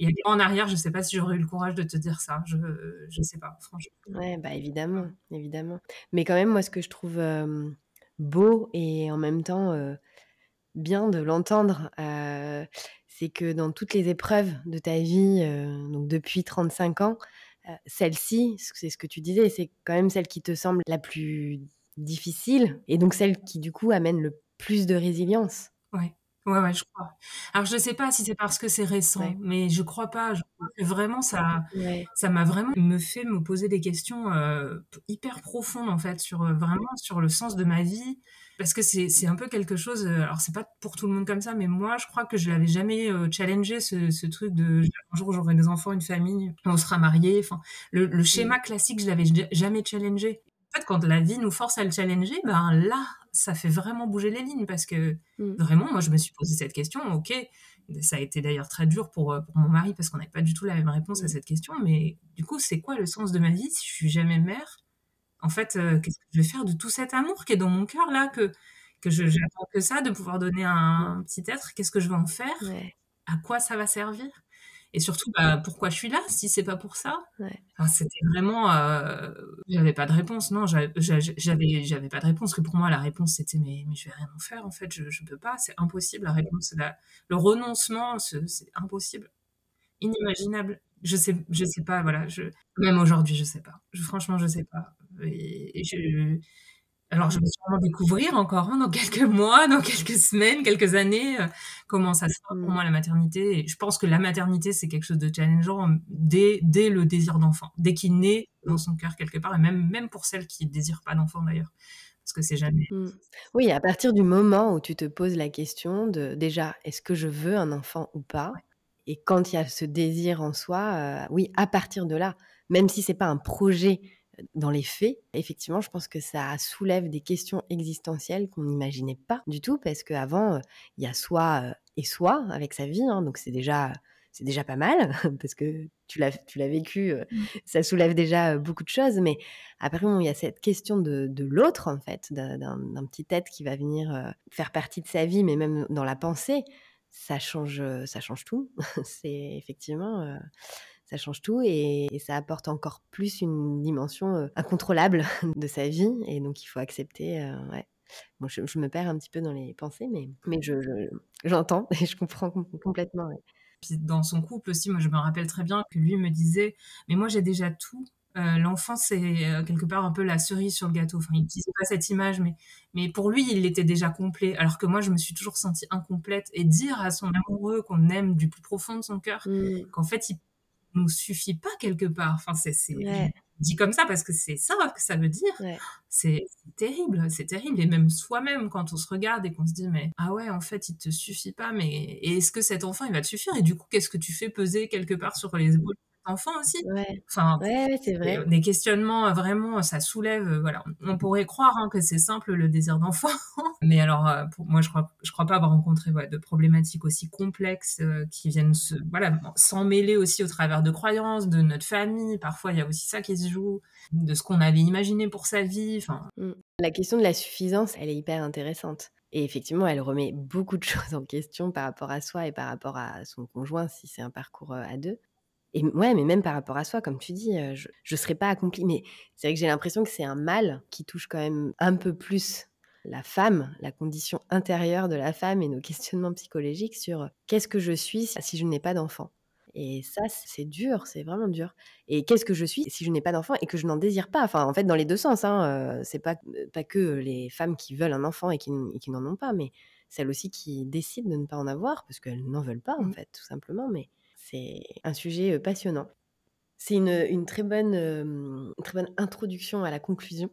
Il y a des ans en arrière, je sais pas si j'aurais eu le courage de te dire ça. Je je sais pas, franchement. Ouais, bah, évidemment, évidemment. Mais quand même, moi, ce que je trouve, hem, beau et en même temps, heu, bien de l'entendre, heu, c'est que dans toutes les épreuves de ta vie, heu, donc depuis trente-cinq ans, heu, celle-ci, c c'est ce que tu disais, c'est quand même celle qui te semble la plus difficile et donc celle qui, du coup, amène le plus de résilience. Ouais. Ouais, ouais, je crois. Alors je sais pas si c'est parce que c'est récent, Ouais. mais je crois pas. Je crois que vraiment ça Ouais. ça m'a vraiment me fait me poser des questions, heu, p hyper profondes, en fait, sur, heu, vraiment sur le sens de ma vie. Parce que c'est c'est un peu quelque chose, heu, alors c'est pas pour tout le monde comme ça, mais moi, je crois que je l'avais jamais, heu, challengé ce ce truc de un jour j'aurai des enfants, une famille, on sera mariés, enfin le le Mmh. schéma classique, je l'avais j jamais challengé. En fait, quand la vie nous force à le challenger, ben là, ça fait vraiment bouger les lignes parce que Mmh. vraiment, moi, je me suis posé cette question, OK, ça a été d'ailleurs très dur pour, heu, pour mon mari parce qu'on n'avait pas du tout la même réponse à Mmh. cette question, mais du coup, c'est quoi le sens de ma vie si je suis jamais mère? En fait, heu, qu'est-ce que je vais faire de tout cet amour qui est dans mon cœur là, que que je j'attends que ça, de pouvoir donner à Mmh. un petit être? Qu'est-ce que je vais en faire? Ouais. À quoi ça va servir? Et surtout, bah, pourquoi je suis là si c'est pas pour ça? Ouais. Enfin, c'était vraiment, heu, j'avais pas de réponse, non, j'a j'a j'avais j'avais pas de réponse, que pour moi la réponse c'était: «Mais mais je vais rien en faire en fait, je je peux pas, c'est impossible la réponse, la le renoncement, ce c'est impossible, inimaginable». Je sais je sais pas, voilà, je même aujourd'hui, je sais pas. Je franchement, je sais pas et et je alors je vais sûrement découvrir encore, hein, dans quelques mois, dans quelques semaines, quelques années, heu, comment ça sera pour Mmh. moi la maternité et je pense que la maternité, c'est quelque chose de challengeant, mmh, dès dès le désir d'enfant, dès qu'il naît dans Mmh. son cœur quelque part et même même pour celles qui désirent pas d'enfant d'ailleurs, parce que c'est jamais Mmh. Oui, à partir du moment où tu te poses la question de déjà: «Est-ce que je veux un enfant ou pas?» ouais. et quand il y a ce désir en soi, heu, oui, à partir de là, même si c'est pas un projet, heu, dans les faits, effectivement, je pense que ça soulève des questions existentielles qu'on n'imaginait pas du tout parce qu'avant, heu, il y a soi, heu, et soi avec sa vie, hein, donc c'est déjà c'est déjà pas mal parce que tu l'as tu l'as vécu, heu, Mmh. ça soulève déjà, heu, beaucoup de choses mais après bon, il y a cette question de de l'autre en fait, d'un d'un d'un petit être qui va venir, heu, faire partie de sa vie, mais même dans la pensée, ça change, heu, ça change tout. C'est effectivement, heu, ça change tout et et ça apporte encore plus une dimension, heu, incontrôlable de sa vie et donc il faut accepter, heu, ouais. Moi je je me perds un petit peu dans les pensées mais mais je je j'entends et je comprends com complètement, ouais. Puis dans son couple aussi, moi je me rappelle très bien que lui me disait: «Mais moi j'ai déjà tout, heu, l'enfant c'est, heu, quelque part un peu la cerise sur le gâteau». Enfin, il utilisait pas cette image, mais mais pour lui, il était déjà complet. Alors que moi, je me suis toujours sentie incomplète et dire à son amoureux qu'on aime du plus profond de son cœur, Mmh. qu'en fait il nous suffit pas quelque part. Enfin, c'est c'est je Ouais, dis comme ça parce que c'est ça que ça veut dire. ouais. C'est c'est terrible, c'est terrible et même soi-même quand on se regarde et qu'on se dit: «Mais ah ouais, en fait, il te suffit pas, mais et est-ce que cet enfant, il va te suffire? Et du coup, qu'est-ce que tu fais peser quelque part sur les épaules de cet enfant aussi?» Ouais. Enfin, Ouais, ouais, c'est c'est vrai. des questionnements, heu, vraiment, ça soulève, heu, voilà. On pourrait croire, hein, que c'est simple le désir d'enfant, mais alors, heu, pour moi, je crois je crois pas avoir rencontré, ouais, de problématiques aussi complexes, heu, qui viennent se voilà, s'emmêler aussi au travers de croyances, de notre famille. Parfois, il y a aussi ça qui se joue, de ce qu'on avait imaginé pour sa vie, enfin Mmh. La question de la suffisance, elle est hyper intéressante et effectivement, elle remet beaucoup de choses en question par rapport à soi et par rapport à son conjoint si c'est un parcours, heu, à deux. Et m ouais, mais même par rapport à soi, comme tu dis, heu, je je serais pas accomplie. Mais c'est vrai que j'ai l'impression que c'est un mal qui touche quand même un peu plus la femme, la condition intérieure de la femme et nos questionnements psychologiques sur, heu: «Qu'est-ce que je suis si je n'ai pas d'enfant?» et ça, c'est dur, c'est vraiment dur et qu'est-ce que je suis si je n'ai pas d'enfant et que je n'en désire pas? Enfin, en fait, dans les deux sens, hein, heu, c'est pas, heu, pas que, les femmes qui veulent un enfant et qui n et qui n'en ont pas, mais celles aussi qui décident de ne pas en avoir parce qu'elles n'en veulent pas, en mmh. fait, tout simplement, mais c'est un sujet, heu, passionnant. C'est une, une très bonne, hem, une très bonne introduction à la conclusion.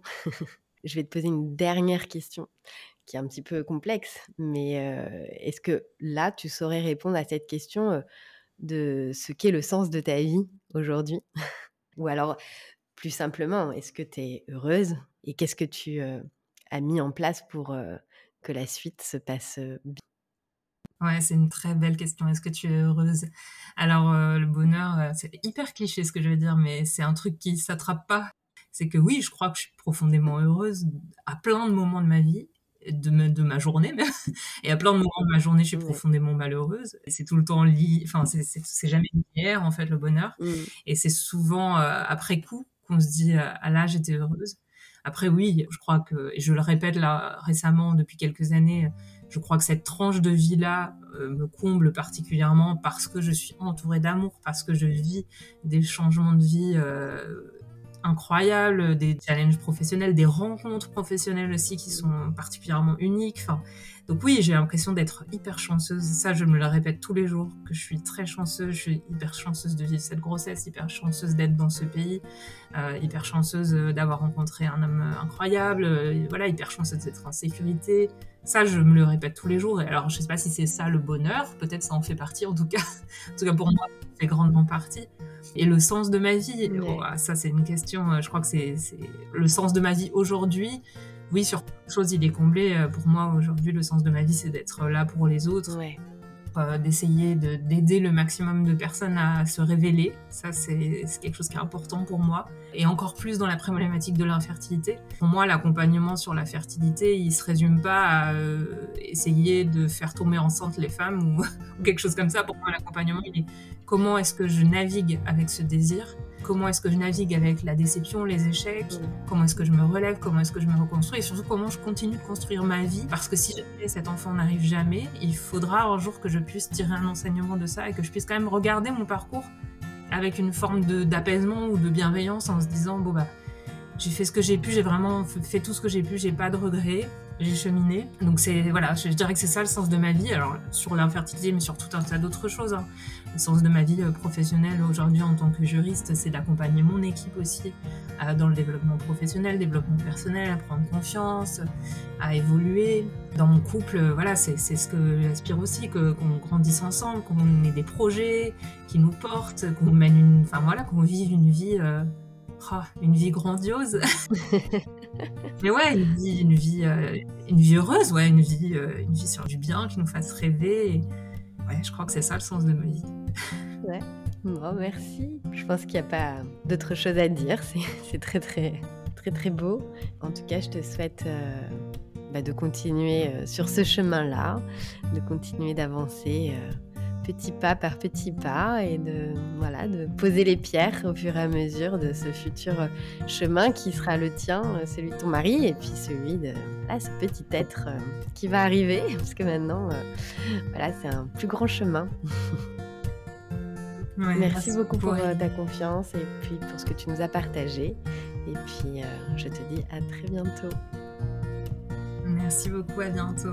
Je vais te poser une dernière question qui est un petit peu complexe, mais heu, est-ce que là, tu saurais répondre à cette question, heu, de ce qu'est le sens de ta vie aujourd'hui? Ou alors, plus simplement, est-ce que tu es heureuse et qu'est-ce que tu, heu, as mis en place pour, heu, que la suite se passe, heu, bien? Ouais, c'est une très belle question. Est-ce que tu es heureuse? Alors, heu, le bonheur, heu, c'est hyper cliché ce que je vais dire, mais c'est un truc qui s'attrape pas. C'est que oui, je crois que je suis profondément heureuse à plein de moments de ma vie de, me, de ma journée même. Et à plein de moments de ma journée, je suis Ouais. profondément malheureuse. Et c'est tout le temps lié, enfin, c'est, c'est, c'est jamais linéaire, en fait, le bonheur. Mm. Et c'est souvent euh, après coup qu'on se dit, euh, ah là, j'étais heureuse. Après, oui, je crois que, et je le répète là récemment, depuis quelques années, je crois que cette tranche de vie-là euh, me comble particulièrement parce que je suis entourée d'amour, parce que je vis des changements de vie euh, incroyables, des challenges professionnels, des rencontres professionnelles aussi qui sont particulièrement uniques. Enfin, donc oui, j'ai l'impression d'être hyper chanceuse. Ça, je me le répète tous les jours, que je suis très chanceuse. Je suis hyper chanceuse de vivre cette grossesse, hyper chanceuse d'être dans ce pays, euh, hyper chanceuse d'avoir rencontré un homme incroyable, euh, voilà, hyper chanceuse d'être en sécurité. Ça, je me le répète tous les jours. Et alors, je sais pas si c'est ça le bonheur. Peut-être ça en fait partie, en tout cas. En tout cas, pour moi, ça fait grandement partie. Et le sens de ma vie, Ouais. oh, ça, c'est une question. Je crois que c'est, c'est le sens de ma vie aujourd'hui. Oui, sur quelque chose, il est comblé. Pour moi, aujourd'hui, le sens de ma vie, c'est d'être là pour les autres, Ouais. euh, d'essayer de, d'aider le maximum de personnes à se révéler. Ça, c'est, c'est quelque chose qui est important pour moi. Et encore plus dans la problématique de l'infertilité. Pour moi, l'accompagnement sur la fertilité, il ne se résume pas à euh, essayer de faire tomber enceintes les femmes ou, ou quelque chose comme ça. Pour moi, l'accompagnement, il est comment est-ce que je navigue avec ce désir ? Comment est-ce que je navigue avec la déception, les échecs ? Mm. Comment est-ce que je me relève ? Comment est-ce que je me reconstruis ? Et surtout, comment je continue de construire ma vie ? Parce que si jamais cet enfant n'arrive jamais, il faudra un jour que je puisse tirer un enseignement de ça et que je puisse quand même regarder mon parcours avec une forme de, d'apaisement ou de bienveillance en se disant, bon bah, j'ai fait ce que j'ai pu, j'ai vraiment fait tout ce que j'ai pu, j'ai pas de regrets, j'ai cheminé. Donc c'est, voilà, je dirais que c'est ça le sens de ma vie. Alors sur l'infertilité, mais sur tout un tas d'autres choses, hein. Le sens de ma vie professionnelle aujourd'hui en tant que juriste, c'est d'accompagner mon équipe aussi euh, dans le développement professionnel, développement personnel, à prendre confiance, à évoluer. Dans mon couple, voilà, c'est, c'est ce que j'aspire aussi, que, qu'on grandisse ensemble, qu'on ait des projets qui nous portent, qu'on mène une, enfin voilà, qu'on vive une vie, euh, oh, une vie grandiose. Mais ouais, une vie, une vie, euh, une vie heureuse, ouais, une vie, euh, une vie sur du bien qui nous fasse rêver. Et, ouais, je crois que c'est ça le sens de ma vie. Ouais. Bon, merci. Je pense qu'il n'y a pas d'autre chose à dire. C'est, c'est très, très, très, très beau. En tout cas, je te souhaite euh, bah, de continuer euh, sur ce chemin-là, de continuer d'avancer euh, petit pas par petit pas et de, voilà, de poser les pierres au fur et à mesure de ce futur chemin qui sera le tien, celui de ton mari et puis celui de voilà, ce petit être euh, qui va arriver parce que maintenant, euh, voilà, c'est un plus grand chemin. Ouais, merci, merci beaucoup pour ouais. ta confiance et puis pour ce que tu nous as partagé. Et puis, euh, je te dis à très bientôt. Merci beaucoup, à bientôt.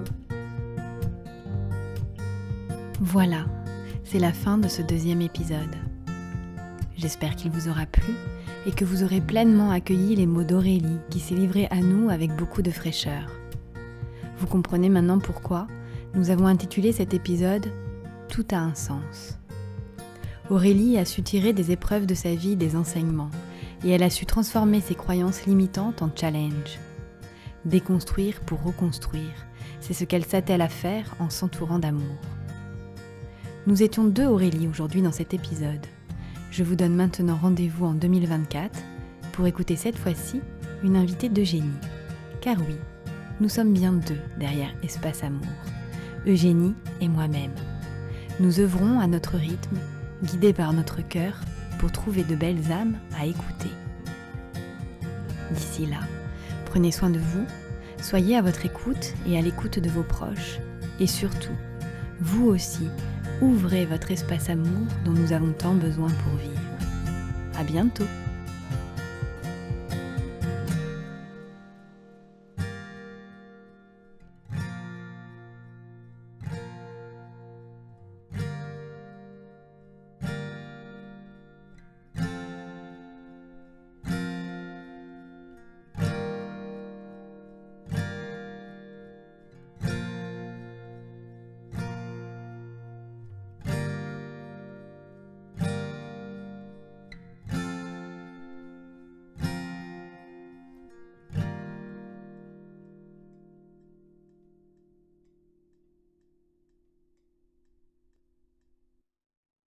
Voilà, c'est la fin de ce deuxième épisode. J'espère qu'il vous aura plu et que vous aurez pleinement accueilli les mots d'Aurélie qui s'est livrée à nous avec beaucoup de fraîcheur. Vous comprenez maintenant pourquoi nous avons intitulé cet épisode « Tout a un sens ». Aurélie a su tirer des épreuves de sa vie des enseignements et elle a su transformer ses croyances limitantes en challenge. Déconstruire pour reconstruire, c'est ce qu'elle s'attelle à faire en s'entourant d'amour. Nous étions deux Aurélie aujourd'hui dans cet épisode. Je vous donne maintenant rendez-vous en deux mille vingt-quatre pour écouter cette fois-ci une invitée d'Eugénie. Car oui, nous sommes bien deux derrière Espace Amour, Eugénie et moi-même. Nous œuvrons à notre rythme, guidés par notre cœur, pour trouver de belles âmes à écouter. D'ici là, prenez soin de vous, soyez à votre écoute et à l'écoute de vos proches, et surtout, vous aussi, ouvrez votre espace amour dont nous avons tant besoin pour vivre. À bientôt!